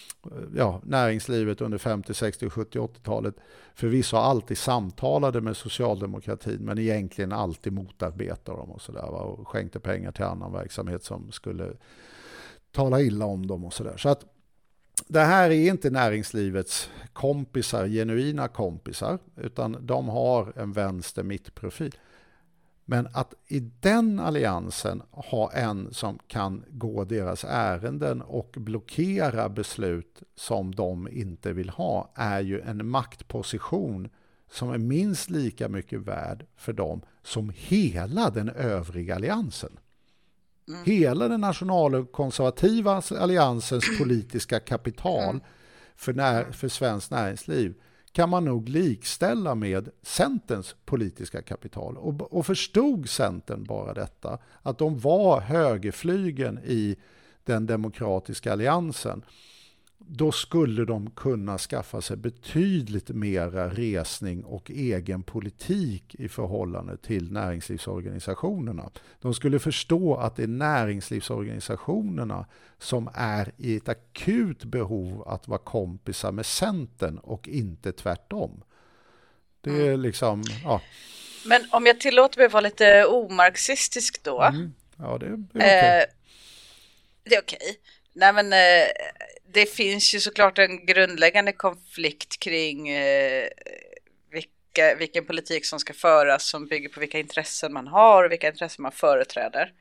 ja, näringslivet under femtio, sextio, sjuttio, åttio-talet förvisso alltid samtalade med socialdemokratin men egentligen alltid motarbetade dem och sådär och skänkte pengar till annan verksamhet som skulle tala illa om dem och sådär. Så att det här är inte näringslivets kompisar, genuina kompisar, utan de har en vänster mittprofil. Men att i den alliansen ha en som kan gå deras ärenden och blockera beslut som de inte vill ha är ju en maktposition som är minst lika mycket värd för dem som hela den övriga alliansen. Mm. Hela den nationalkonservativa alliansens politiska kapital för, när, för svenskt näringsliv kan man nog likställa med Centerns politiska kapital. Och, och förstod Centern bara detta, att de var högerflygen i den demokratiska alliansen, då skulle de kunna skaffa sig betydligt mera resning och egen politik i förhållande till näringslivsorganisationerna. De skulle förstå att det är näringslivsorganisationerna som är i ett akut behov att vara kompisar med Centern och inte tvärtom. Det är liksom, ja. Men om jag tillåter mig vara lite omarxistisk då. Mm. Ja, det är okej. Eh, det är okej. Nej, men eh, det finns ju såklart en grundläggande konflikt kring eh, vilka, vilken politik som ska föras som bygger på vilka intressen man har och vilka intressen man företräder.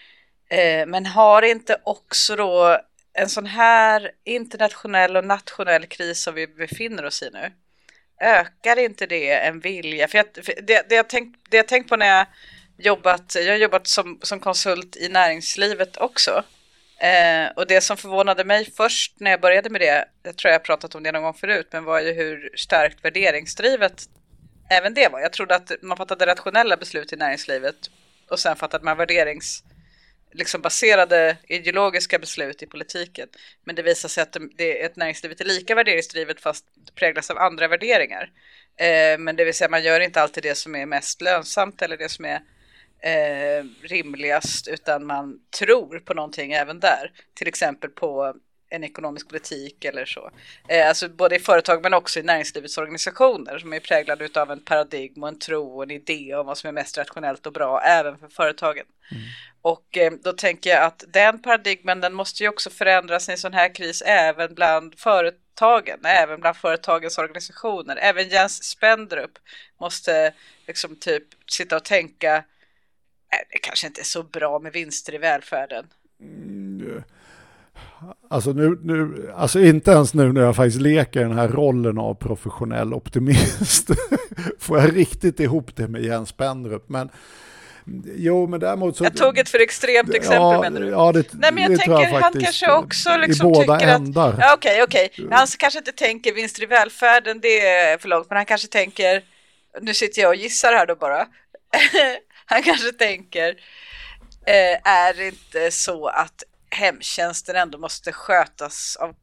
Eh, men har inte också då en sån här internationell och nationell kris som vi befinner oss i nu, ökar inte det en vilja? För, jag, för det, det, jag tänkt, det jag tänkt på när jag jobbat, jag har jobbat som, som konsult i näringslivet också. Eh, och det som förvånade mig först när jag började med det, jag tror jag pratat om det någon gång förut, men var ju hur starkt värderingsdrivet även det var. Jag trodde att man fattade rationella beslut i näringslivet och sen fattade man värderings liksom baserade ideologiska beslut i politiken. Men det visar sig att det är ett näringslivet är lika värderingsdrivet fast präglas av andra värderingar. Eh, men det vill säga man gör inte alltid det som är mest lönsamt eller det som är Eh, rimligast, utan man tror på någonting även där, till exempel på en ekonomisk politik eller så, eh, alltså både i företag men också i näringslivets organisationer som är präglade av en paradigm och en tro och en idé om vad som är mest rationellt och bra även för företagen. Mm. Och eh, då tänker jag att den paradigmen, den måste ju också förändras i en sån här kris även bland företagen, även bland företagens organisationer. Även Jens Spendrup måste liksom typ sitta och tänka, det kanske inte är så bra med vinster i välfärden. Mm. Alltså, nu, nu, alltså inte ens nu när jag faktiskt leker den här rollen av professionell optimist får jag riktigt ihop det med Jens Spendrup. Men, Jo, men däremot så... Jag tog ett för extremt exempel, ja, menar du? Ja, det, Nej, men jag det tänker tror jag han faktiskt, kanske också liksom i båda tycker ändar. att... Ja, okej, okej. Han kanske inte tänker vinster i välfärden, det är för långt. Men han kanske tänker... Nu sitter jag och gissar här då bara. Han kanske tänker... Eh, är det inte så att hemtjänsten ändå måste skötas av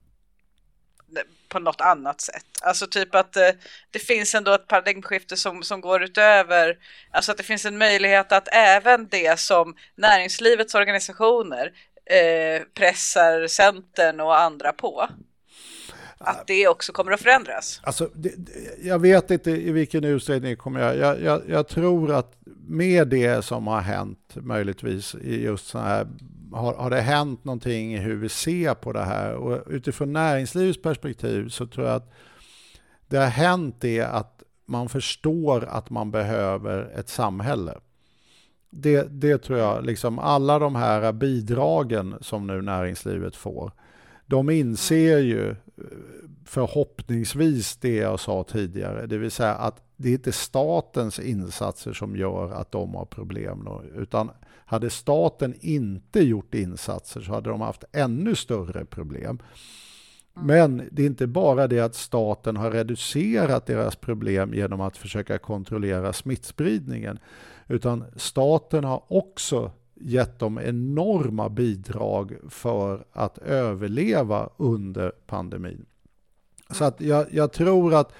på något annat sätt? Alltså typ att eh, det finns ändå ett paradigmskifte som, som går utöver, alltså att det finns en möjlighet att även det som näringslivets organisationer eh, pressar Centern och andra på, att det också kommer att förändras. Alltså, det, jag vet inte i vilken utsträckning kommer jag, jag, jag, jag tror att med det som har hänt möjligtvis i just så här, har, har det hänt någonting i hur vi ser på det här, och utifrån näringslivets perspektiv så tror jag att det har hänt det att man förstår att man behöver ett samhälle. Det, det tror jag, liksom alla de här bidragen som nu näringslivet får, de inser ju förhoppningsvis det jag sa tidigare, det vill säga att det är inte statens insatser som gör att de har problem, utan hade staten inte gjort insatser så hade de haft ännu större problem. Men det är inte bara det att staten har reducerat deras problem genom att försöka kontrollera smittspridningen, utan staten har också gett dem enorma bidrag för att överleva under pandemin. Så att jag, jag tror att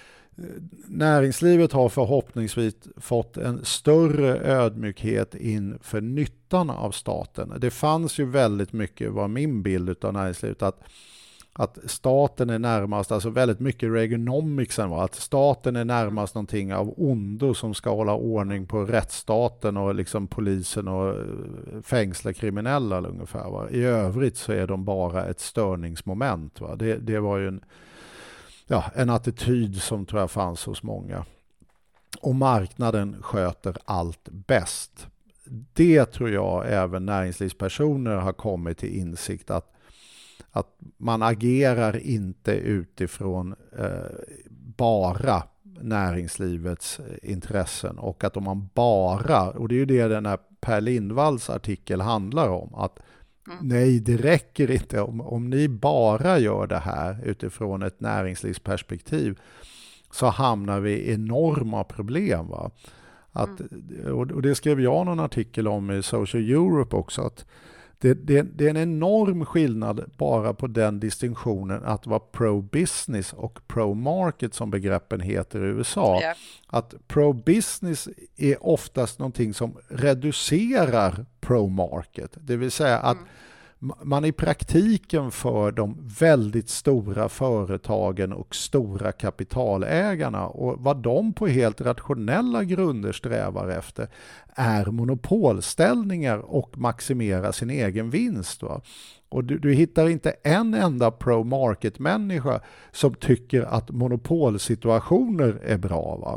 näringslivet har förhoppningsvis fått en större ödmjukhet inför nyttan av staten. Det fanns ju väldigt mycket, var min bild av näringslivet, att att staten är närmast, alltså väldigt mycket Reaganomicsen var, att staten är närmast någonting av ondo som ska hålla ordning på rättsstaten och liksom polisen och fängsla kriminella ungefär. Va? I övrigt så är de bara ett störningsmoment. Va? Det, det var ju en, ja, en attityd som tror jag fanns hos många. Och marknaden sköter allt bäst. Det tror jag även näringslivspersoner har kommit till insikt att Att man agerar inte utifrån eh, bara näringslivets intressen, och att om man bara, och det är ju det den här Per Lindvalls artikel handlar om, att mm. nej, det räcker inte om, om ni bara gör det här utifrån ett näringslivsperspektiv, så hamnar vi i enorma problem. Va? Att, mm. och, och det skrev jag någon artikel om i Social Europe också, att Det, det, det är en enorm skillnad bara på den distinktionen att vara pro-business och pro-market som begreppen heter i U S A. Yeah. Att pro-business är oftast någonting som reducerar pro-market. Det vill säga att mm. man i praktiken för de väldigt stora företagen och stora kapitalägarna, och vad de på helt rationella grunder strävar efter är monopolställningar och maximera sin egen vinst. Va? Och du, du hittar inte en enda pro-market-människa som tycker att monopolsituationer är bra. Va?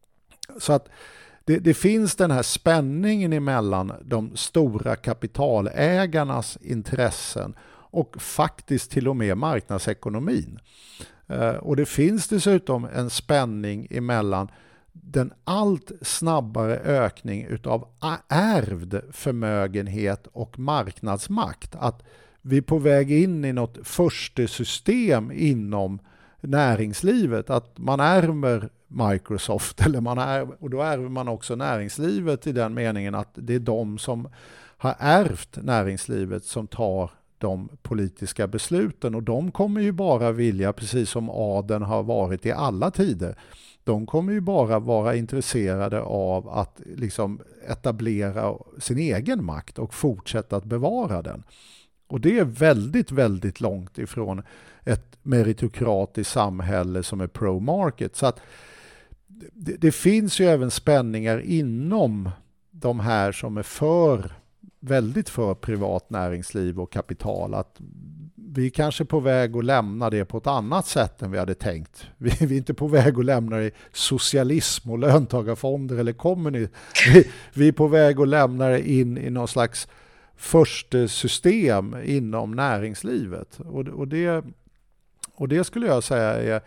Så att Det, det finns den här spänningen emellan de stora kapitalägarnas intressen och faktiskt till och med marknadsekonomin. Eh, och det finns dessutom en spänning emellan den allt snabbare ökning utav ärvd förmögenhet och marknadsmakt. Att vi är på väg in i något första system inom näringslivet, att man ärver Microsoft, eller man är, och då ärver man också näringslivet i den meningen att det är de som har ärvt näringslivet som tar de politiska besluten, och de kommer ju bara vilja, precis som adeln har varit i alla tider, de kommer ju bara vara intresserade av att liksom etablera sin egen makt och fortsätta att bevara den. Och det är väldigt, väldigt långt ifrån ett meritokratiskt samhälle som är pro-market. Så att det, det finns ju även spänningar inom de här som är för, väldigt för privat näringsliv och kapital. Att vi kanske är på väg att lämna det på ett annat sätt än vi hade tänkt. Vi, vi är inte på väg att lämna det i socialism och löntagarfonder eller kommunism. Vi, vi är på väg att lämna det in i någon slags första system inom näringslivet. Och, och, det, och det skulle jag säga är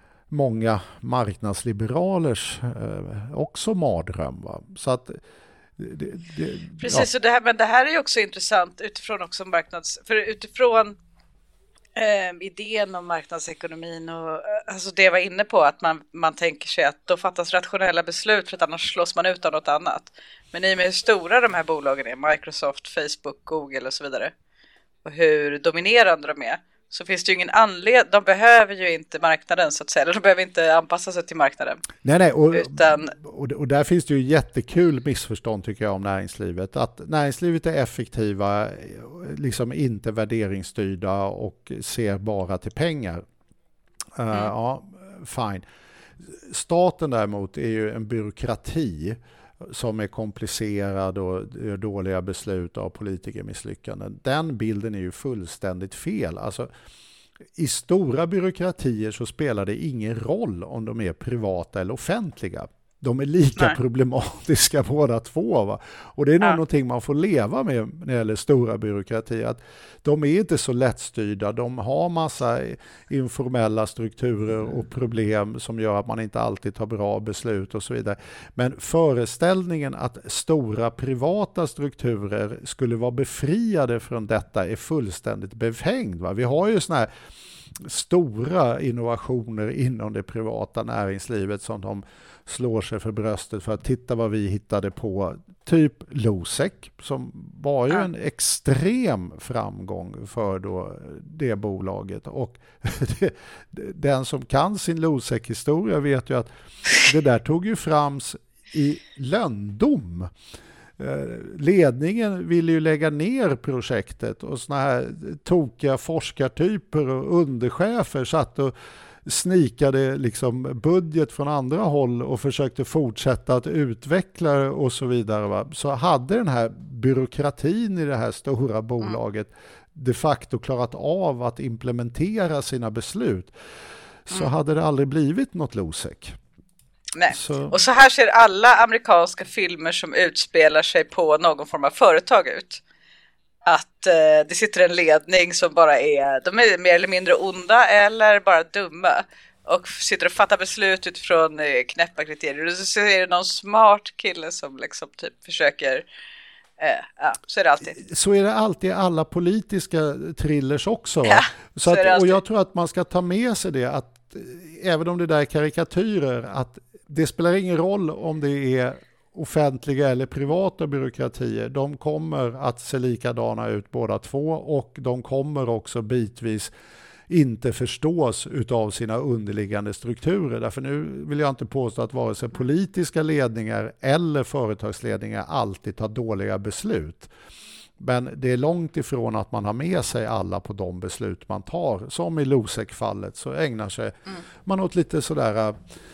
många marknadsliberalers eh, också mardröm. Va? Så att Det, det, Precis, ja. och det här, men det här är ju också intressant utifrån också marknads... För utifrån eh, idén om marknadsekonomin och alltså det jag var inne på, att man, man tänker sig att då fattas rationella beslut för att annars slås man ut av något annat. Men i och med hur stora de här bolagen är, Microsoft, Facebook, Google och så vidare, och hur dominerande de är, så finns det ju ingen anledning, de behöver ju inte marknaden så att säga, eller de behöver inte anpassa sig till marknaden. Nej, nej, och, utan... och, och där finns det ju jättekul missförstånd tycker jag om näringslivet. Att näringslivet är effektiva, liksom inte värderingsstyrda och ser bara till pengar. Mm. Uh, ja, fine. Staten däremot är ju en byråkrati som är komplicerad och dåliga beslut av politikermisslyckanden. Den bilden är ju fullständigt fel. Alltså, i stora byråkratier så spelar det ingen roll om de är privata eller offentliga. De är lika Nej. problematiska båda två. Va? Och det är ja. någonting man får leva med när det gäller stora byråkratier. Att de är inte så lättstyrda. De har massa informella strukturer och problem som gör att man inte alltid tar bra beslut och så vidare. Men föreställningen att stora privata strukturer skulle vara befriade från detta är fullständigt befängd. Va? Vi har ju såna här stora innovationer inom det privata näringslivet som de slår sig för bröstet för att titta vad vi hittade på. Typ Losec som var ju en extrem framgång för då det bolaget. Och det, den som kan sin Losec-historia vet ju att det där tog ju frams i lönndom. Ledningen ville ju lägga ner projektet och såna här tokiga forskartyper och underchefer satt och snikade liksom budget från andra håll och försökte fortsätta att utveckla och så vidare. Va? Så hade den här byråkratin i det här stora bolaget de facto klarat av att implementera sina beslut så mm. hade det aldrig blivit något Losec. Nej. Så. Och så här ser alla amerikanska filmer som utspelar sig på någon form av företag ut. Att eh, det sitter en ledning som bara är, de är mer eller mindre onda eller bara dumma och sitter och fattar beslut utifrån eh, knäppa kriterier. Och så är det någon smart kille som liksom typ försöker, eh, ja, så är det alltid. Så är det alltid alla politiska thrillers också. Ja, så så att, och jag tror att man ska ta med sig det att även om det där är karikatyrer, att det spelar ingen roll om det är offentliga eller privata byråkratier. De kommer att se likadana ut båda två och de kommer också bitvis inte förstås utav sina underliggande strukturer. Därför nu vill jag inte påstå att vare sig politiska ledningar eller företagsledningar alltid tar dåliga beslut. Men det är långt ifrån att man har med sig alla på de beslut man tar. Som i Losec-fallet så ägnar sig mm. man åt lite sådär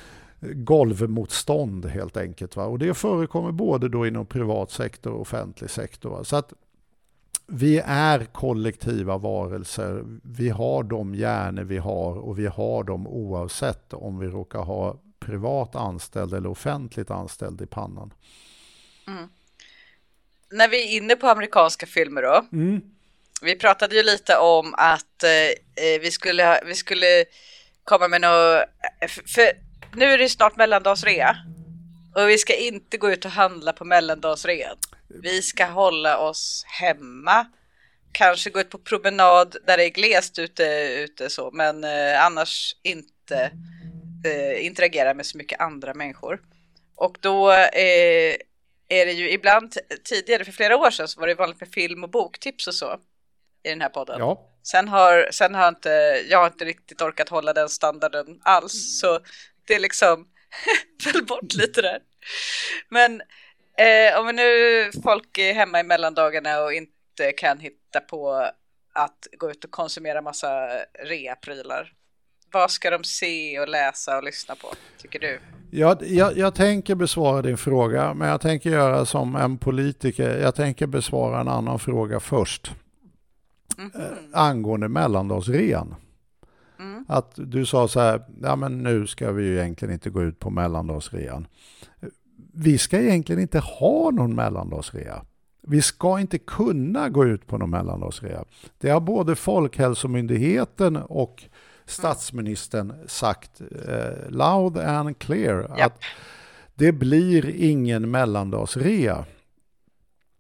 golvmotstånd helt enkelt. Va? Och det förekommer både då inom privat sektor och offentlig sektor. Va? Så att vi är kollektiva varelser. Vi har de hjärnor vi har och vi har dem oavsett om vi råkar ha privat anställd eller offentligt anställd i pannan. Mm. När vi är inne på amerikanska filmer då. Mm. Vi pratade ju lite om att eh, vi, skulle, vi skulle komma med något... För, för nu är det snart mellandagsrea. Och vi ska inte gå ut och handla på mellandagsrean. Vi ska hålla oss hemma. Kanske gå ut på promenad där det är glest ute, ute så. Men eh, annars inte eh, interagera med så mycket andra människor. Och då eh, är det ju ibland tidigare, för flera år sedan så var det vanligt med film- och boktips och så i den här podden. Ja. Sen har, sen har inte, jag har inte riktigt orkat hålla den standarden alls. Så det är liksom föll bort lite där. Men eh, om nu folk är hemma i mellandagarna och inte kan hitta på att gå ut och konsumera massa rea-prylar. Vad ska de se och läsa och lyssna på, tycker du? Jag, jag, jag tänker besvara din fråga, men jag tänker göra som en politiker. Jag tänker besvara en annan fråga först. Mm-hmm. Eh, angående mellandagsrean. Mm. Att du sa så här, ja men nu ska vi ju egentligen inte gå ut på mellandagsrean. Vi ska egentligen inte ha någon mellandagsrea. Vi ska inte kunna gå ut på någon mellandagsrea. Det har både Folkhälsomyndigheten och statsministern sagt eh, loud and clear. Yep. Att det blir ingen mellandagsrea.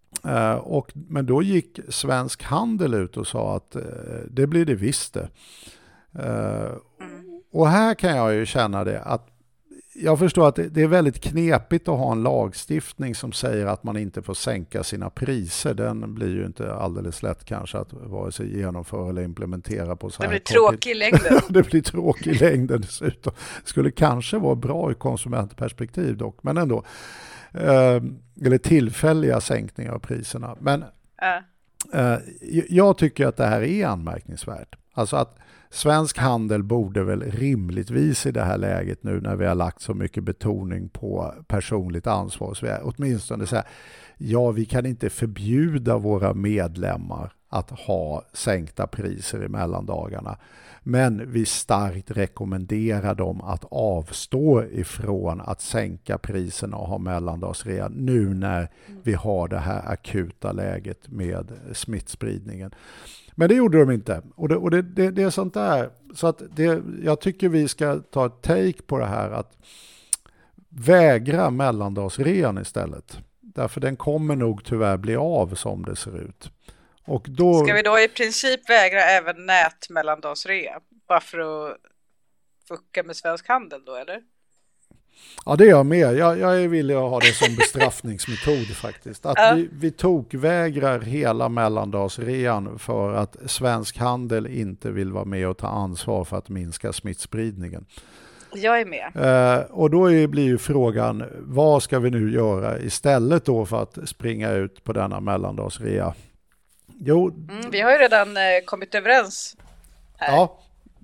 Uh, och, men då gick Svensk Handel ut och sa att uh, det blir det visst det. Uh, mm. Och här kan jag ju känna det att jag förstår att det, det är väldigt knepigt att ha en lagstiftning som säger att man inte får sänka sina priser. Den blir ju inte alldeles lätt kanske att vare sig genomföra eller implementera på så här. Det blir tråkig i längden. Det blir tråkig i längden dessutom. Det skulle kanske vara bra i konsumentperspektiv dock, men ändå. Uh, eller tillfälliga sänkningar av priserna. Men uh. Uh, jag tycker att det här är anmärkningsvärt. Alltså att Svensk Handel borde väl rimligtvis i det här läget nu när vi har lagt så mycket betoning på personligt ansvar så är åtminstone säga, ja vi kan inte förbjuda våra medlemmar att ha sänkta priser i mellandagarna. Men vi starkt rekommenderar dem att avstå ifrån att sänka priserna och ha mellandagsrea nu när vi har det här akuta läget med smittspridningen. Men det gjorde de inte. Och det, och det, det, det är sånt där. Så att det, jag tycker vi ska ta ett take på det här att vägra mellandagsrean istället. Därför den kommer nog tyvärr bli av som det ser ut. Och då... Ska vi då i princip vägra även nät mellandagsrea? Bara för att fucka med Svensk Handel då, eller? Ja, det är jag med. Jag, jag är villig att ha det som bestraffningsmetod faktiskt. Att ja. vi, vi tokvägrar hela mellandagsrean för att Svensk Handel inte vill vara med och ta ansvar för att minska smittspridningen. Jag är med. Eh, och då är, blir ju frågan, vad ska vi nu göra istället då för att springa ut på denna mellandagsrea? Jo, mm, vi har ju redan eh, kommit överens här. Ja,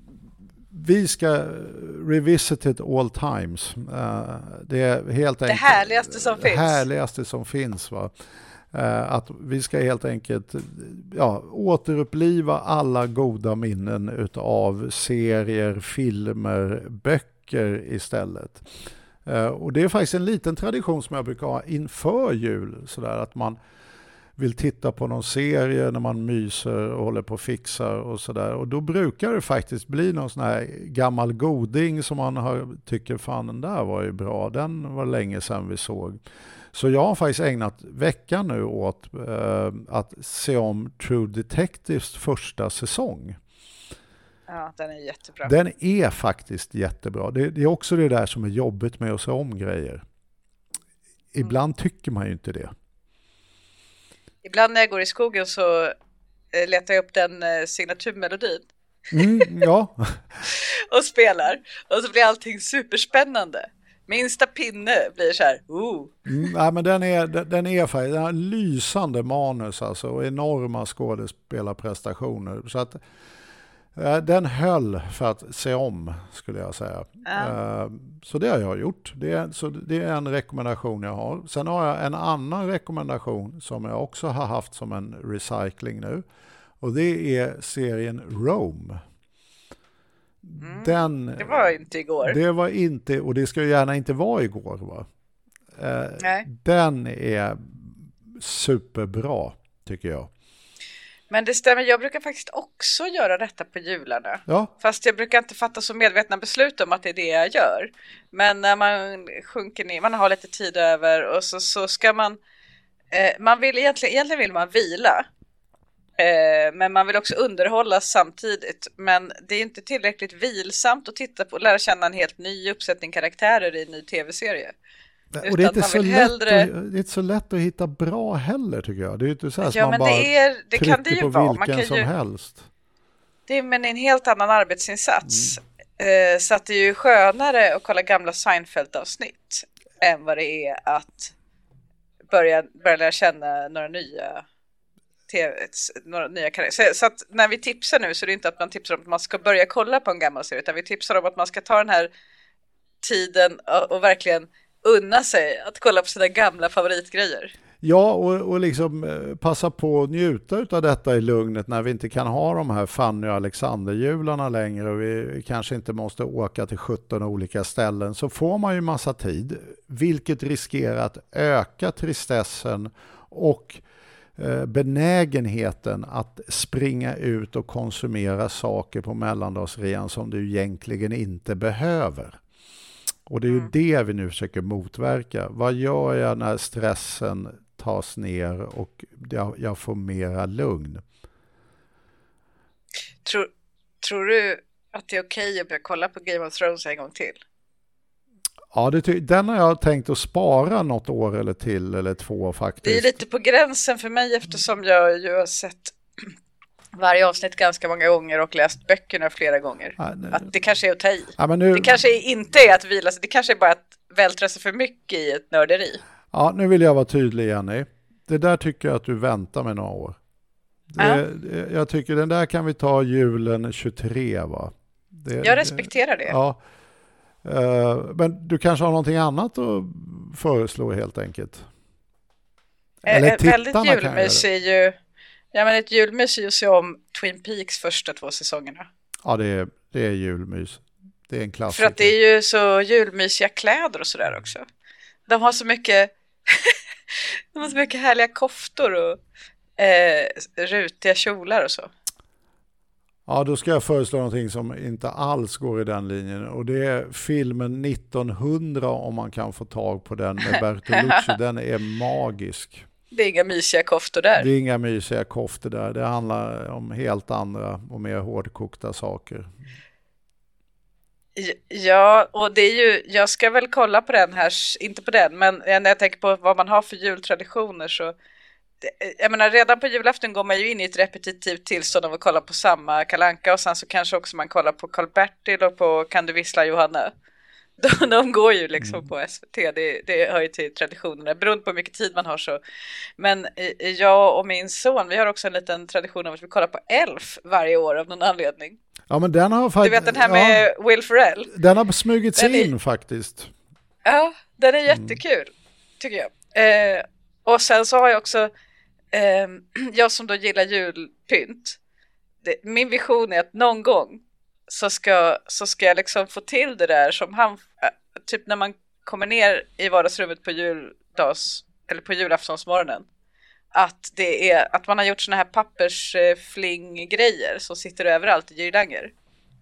vi ska revisit it all times. Uh, det är helt enkelt det härligaste som finns. härligaste som finns. Va? Uh, att vi ska helt enkelt ja, återuppliva alla goda minnen utav serier, filmer, böcker istället. Uh, och det är faktiskt en liten tradition som jag brukar ha inför jul. Sådär att man vill titta på någon serie när man myser och håller på och fixar och sådär. Och då brukar det faktiskt bli någon sån här gammal goding som man har, tycker fan den där var ju bra. Den var länge sedan vi såg. Så jag har faktiskt ägnat veckan nu åt eh, att se om True Detectives första säsong. Ja, den är jättebra. Den är faktiskt jättebra. Det, det är också det där som är jobbigt med att se om grejer. Ibland mm. tycker man ju inte det. Ibland när jag går i skogen så eh, letar jag upp den eh, signaturmelodin. Mm, ja. och spelar. Och så blir allting superspännande. Minsta pinne blir så här, ooh. Mm, ja, men den är, den är faktiskt den har lysande manus alltså, och enorma skådespelarprestationer. Så att eh, den höll för att se om, skulle jag säga. Ja. Eh, så det har jag gjort. Det är, så det är en rekommendation jag har. Sen har jag en annan rekommendation som jag också har haft som en recycling nu. Och det är serien Rome. Mm, den, det var inte igår. Det var inte, och det ska ju gärna inte vara igår. Va? Eh, Nej. Den är superbra, tycker jag. Men det stämmer, jag brukar faktiskt också göra detta på jularna. Ja. Fast jag brukar inte fatta så medvetna beslut om att det är det jag gör. Men när man sjunker ner, man har lite tid över och så, så ska man, eh, man vill egentligen, egentligen vill man vila. Eh, men man vill också underhålla samtidigt. Men det är inte tillräckligt vilsamt att titta på och lära känna en helt ny uppsättning karaktärer i en ny tv-serie. Och det är, inte så hellre... lätt att, det är inte så lätt att hitta bra heller, tycker jag. Det är inte så här ja, som man bara det är, det trycker kan det ju på vara. vilken Man kan som ju... helst. Det är men en helt annan arbetsinsats. Mm. Eh, så att det är ju skönare att kolla gamla Seinfeld-avsnitt än vad det är att börja, börja lära känna några nya tv, några nya karaktärer. Så, så att när vi tipsar nu så är det inte att man tipsar om att man ska börja kolla på en gammal serie, utan vi tipsar om att man ska ta den här tiden och, och verkligen unna sig att kolla på sina gamla favoritgrejer. Ja, och, och liksom eh, passa på att njuta av detta i lugnet när vi inte kan ha de här Fanny och Alexander-jularna längre och vi kanske inte måste åka till sjutton olika ställen, så får man ju massa tid, vilket riskerar att öka tristessen och eh, benägenheten att springa ut och konsumera saker på mellandagsrean som du egentligen inte behöver. Och det är ju mm. det vi nu försöker motverka. Vad gör jag när stressen tas ner och jag, jag får mera lugn. Tror, tror du att det är okej att börja kolla på Game of Thrones en gång till? Ja, det ty- den har jag tänkt att spara något år eller till eller två faktiskt. Det är lite på gränsen för mig eftersom jag ju har sett varje avsnitt ganska många gånger och läst böckerna flera gånger. Ja, att det kanske är att ta i. Ja, men nu... Det kanske inte är att vila sig, det kanske är bara att vältra sig för mycket i ett nörderi. Ja, nu vill jag vara tydlig, Jenny. Det där tycker jag att du väntar med några år. Det, ja. Jag tycker den där kan vi ta julen tjugotre, va? Det, jag respekterar det. Ja. Uh, men du kanske har någonting annat att föreslå helt enkelt? Eller tittarna väldigt julmys är ju... Ja, men ett julmys är ju så om Twin Peaks första två säsongerna. Ja, det är, det är julmys. Det är en klassiker. För att det är ju så julmysiga kläder och sådär också. De har så mycket de har så mycket härliga koftor och eh, rutiga kjolar och så. Ja, då ska jag föreslå någonting som inte alls går i den linjen. Och det är filmen nittonhundra, om man kan få tag på den med Bertolucci. Den är magisk. Det är inga mysiga koftor där. Det är inga mysiga koftor där. Det handlar om helt andra och mer hårdkokta saker. Ja, och det är ju, jag ska väl kolla på den här, inte på den, men när jag tänker på vad man har för jultraditioner så, jag menar redan på julafton går man ju in i ett repetitivt tillstånd av att kolla på samma Kalle Anka och sen så kanske också man kollar på Karl-Bertil och på Kan du vissla Johanna. De, de går ju liksom mm. på S V T, det, det hör ju till traditionerna, beroende på hur mycket tid man har så. Men jag och min son, vi har också en liten tradition av att vi kollar på Elf varje år av någon anledning. Ja, men den har faktiskt... Du vet den här med ja, Will Ferrell? Den har smugit sig in är, faktiskt. Ja, den är jättekul, mm. tycker jag. Eh, och sen så har jag också, eh, jag som då gillar julpynt, det, min vision är att någon gång så ska, så ska jag liksom få till det där som han, typ när man kommer ner i vardagsrummet på juldags, eller på julaftonsmorgonen, att det är att man har gjort såna här pappersflinggrejer som sitter överallt i girlanger.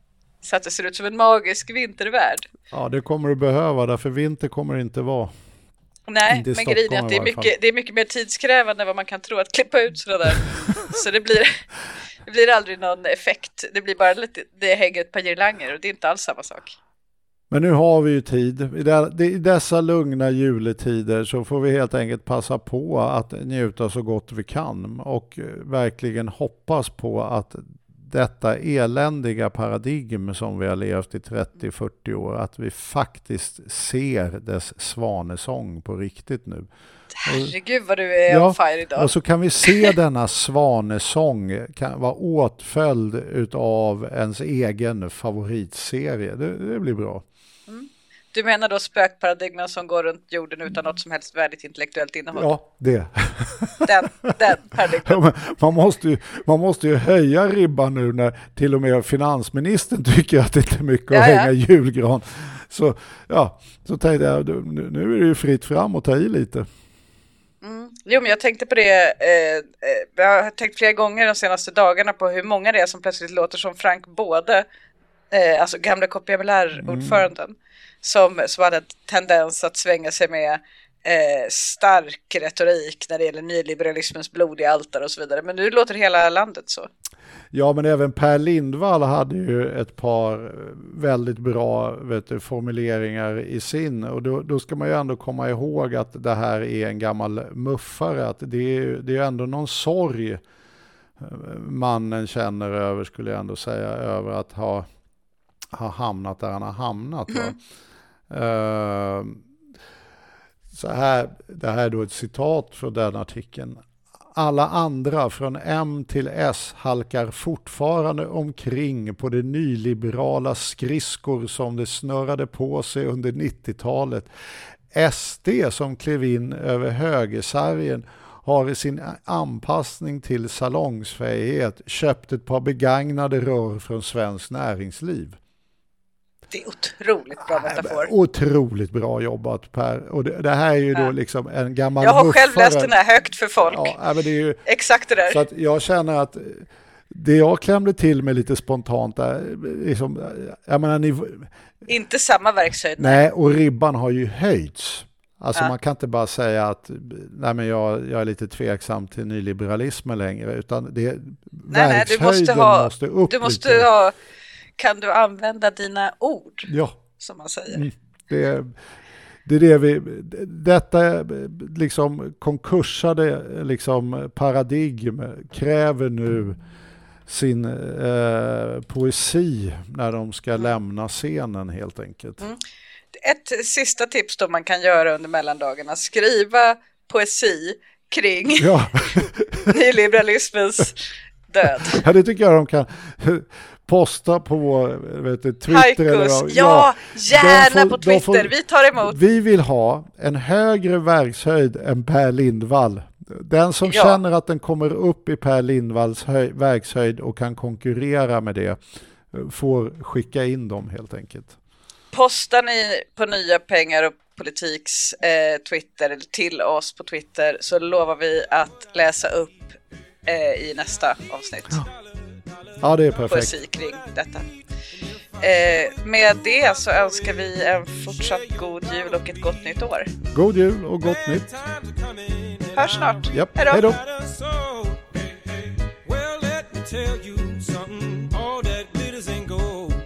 Så att det ser ut som en magisk vintervärld. Ja, det kommer du behöva, därför vinter kommer det inte vara. Nej, inte men grejen är att det är, mycket, det är mycket mer tidskrävande än vad man kan tro att klippa ut sådana där. Så det blir, det blir aldrig någon effekt. Det blir bara lite, det hänger ett par girlanger och det är inte alls samma sak. Men nu har vi ju tid. I dessa lugna juletider så får vi helt enkelt passa på att njuta så gott vi kan och verkligen hoppas på att detta eländiga paradigm som vi har levt i trettio till fyrtio år, att vi faktiskt ser dess svanesång på riktigt nu. Herregud vad du är ja, on fire idag. Och så kan vi se denna svanesång kan vara åtföljd utav ens egen favoritserie. Det, det blir bra. Mm. Du menar då spökparadigmen som går runt jorden utan något som helst värdigt intellektuellt innehåll? Ja, det. Den, den paradigmen. Ja, man, måste ju, man måste ju höja ribban nu när till och med finansministern tycker att det inte är mycket ja, att ja. hänga julgran. Så, ja, så tänkte jag, nu, nu är det ju fritt fram och ta i lite. Mm. Jo, men jag tänkte på det, eh, jag har tänkt flera gånger de senaste dagarna på hur många det är som plötsligt låter som Frank Både, eh, alltså gamla K P M L R-ordföranden, mm. som, som hade en tendens att svänga sig med eh, stark retorik när det gäller nyliberalismens blod i altar och så vidare. Men nu låter hela landet så. Ja, men även Per Lindvall hade ju ett par väldigt bra vet du, formuleringar i sin. Och då, då ska man ju ändå komma ihåg att det här är en gammal muffare. Att det är det är ändå någon sorg mannen känner över, skulle jag ändå säga, över att ha, ha hamnat där han har hamnat. Mm. Uh, så här, det här är då ett citat från den artikeln. Alla andra från M till S halkar fortfarande omkring på de nyliberala skridskor som det snurrade på sig under nittiotalet. S D som klev in över högersargen har i sin anpassning till salongsfähighet köpt ett par begagnade rör från Svenskt Näringsliv. Det är otroligt bra metafor. Otroligt bra jobbat, Per. Och det, det här är ju ja. då liksom en gammal Jag har muffare. själv läst den här högt för folk. Ja, men det är ju, exakt det där. Så att jag känner att det jag klämde till med lite spontant där, liksom, jag menar, ni, inte samma verkshöjd. Nej, och ribban har ju höjts. Alltså Ja. man kan inte bara säga att nej, men jag, jag är lite tveksam till nyliberalismen längre, utan det, nej, nej, du måste, ha, måste upp du måste lite. ha, kan du använda dina ord, Ja. som man säger. Mm. Det, det är det vi, detta liksom konkursade liksom paradigm kräver nu sin eh, poesi när de ska mm. lämna scenen helt enkelt. Mm. Ett sista tips då man kan göra under mellandagarna, skriva poesi kring ja. nyliberalismens död. Ja, det tycker jag de kan posta på vet du, Twitter. Haikus. Eller, ja, ja, gärna får, på Twitter. får, vi tar emot. Vi vill ha en högre verkshöjd än Per Lindvall. Den som ja. känner att den kommer upp i Per Lindvalls höj, verkshöjd och kan konkurrera med det får skicka in dem helt enkelt. Postar ni på Nya Pengar och Politiks eh, Twitter eller till oss på Twitter, så lovar vi att läsa upp eh, i nästa avsnitt. Ja. Ja, det är perfekt. Poesi kring detta. Eh, med det så önskar vi en fortsatt god jul och ett gott nytt år. God jul och gott nytt. Hörs snart. Yep. Hej då. Hej då. Well, let me tell you something. All that glitters ain't gold.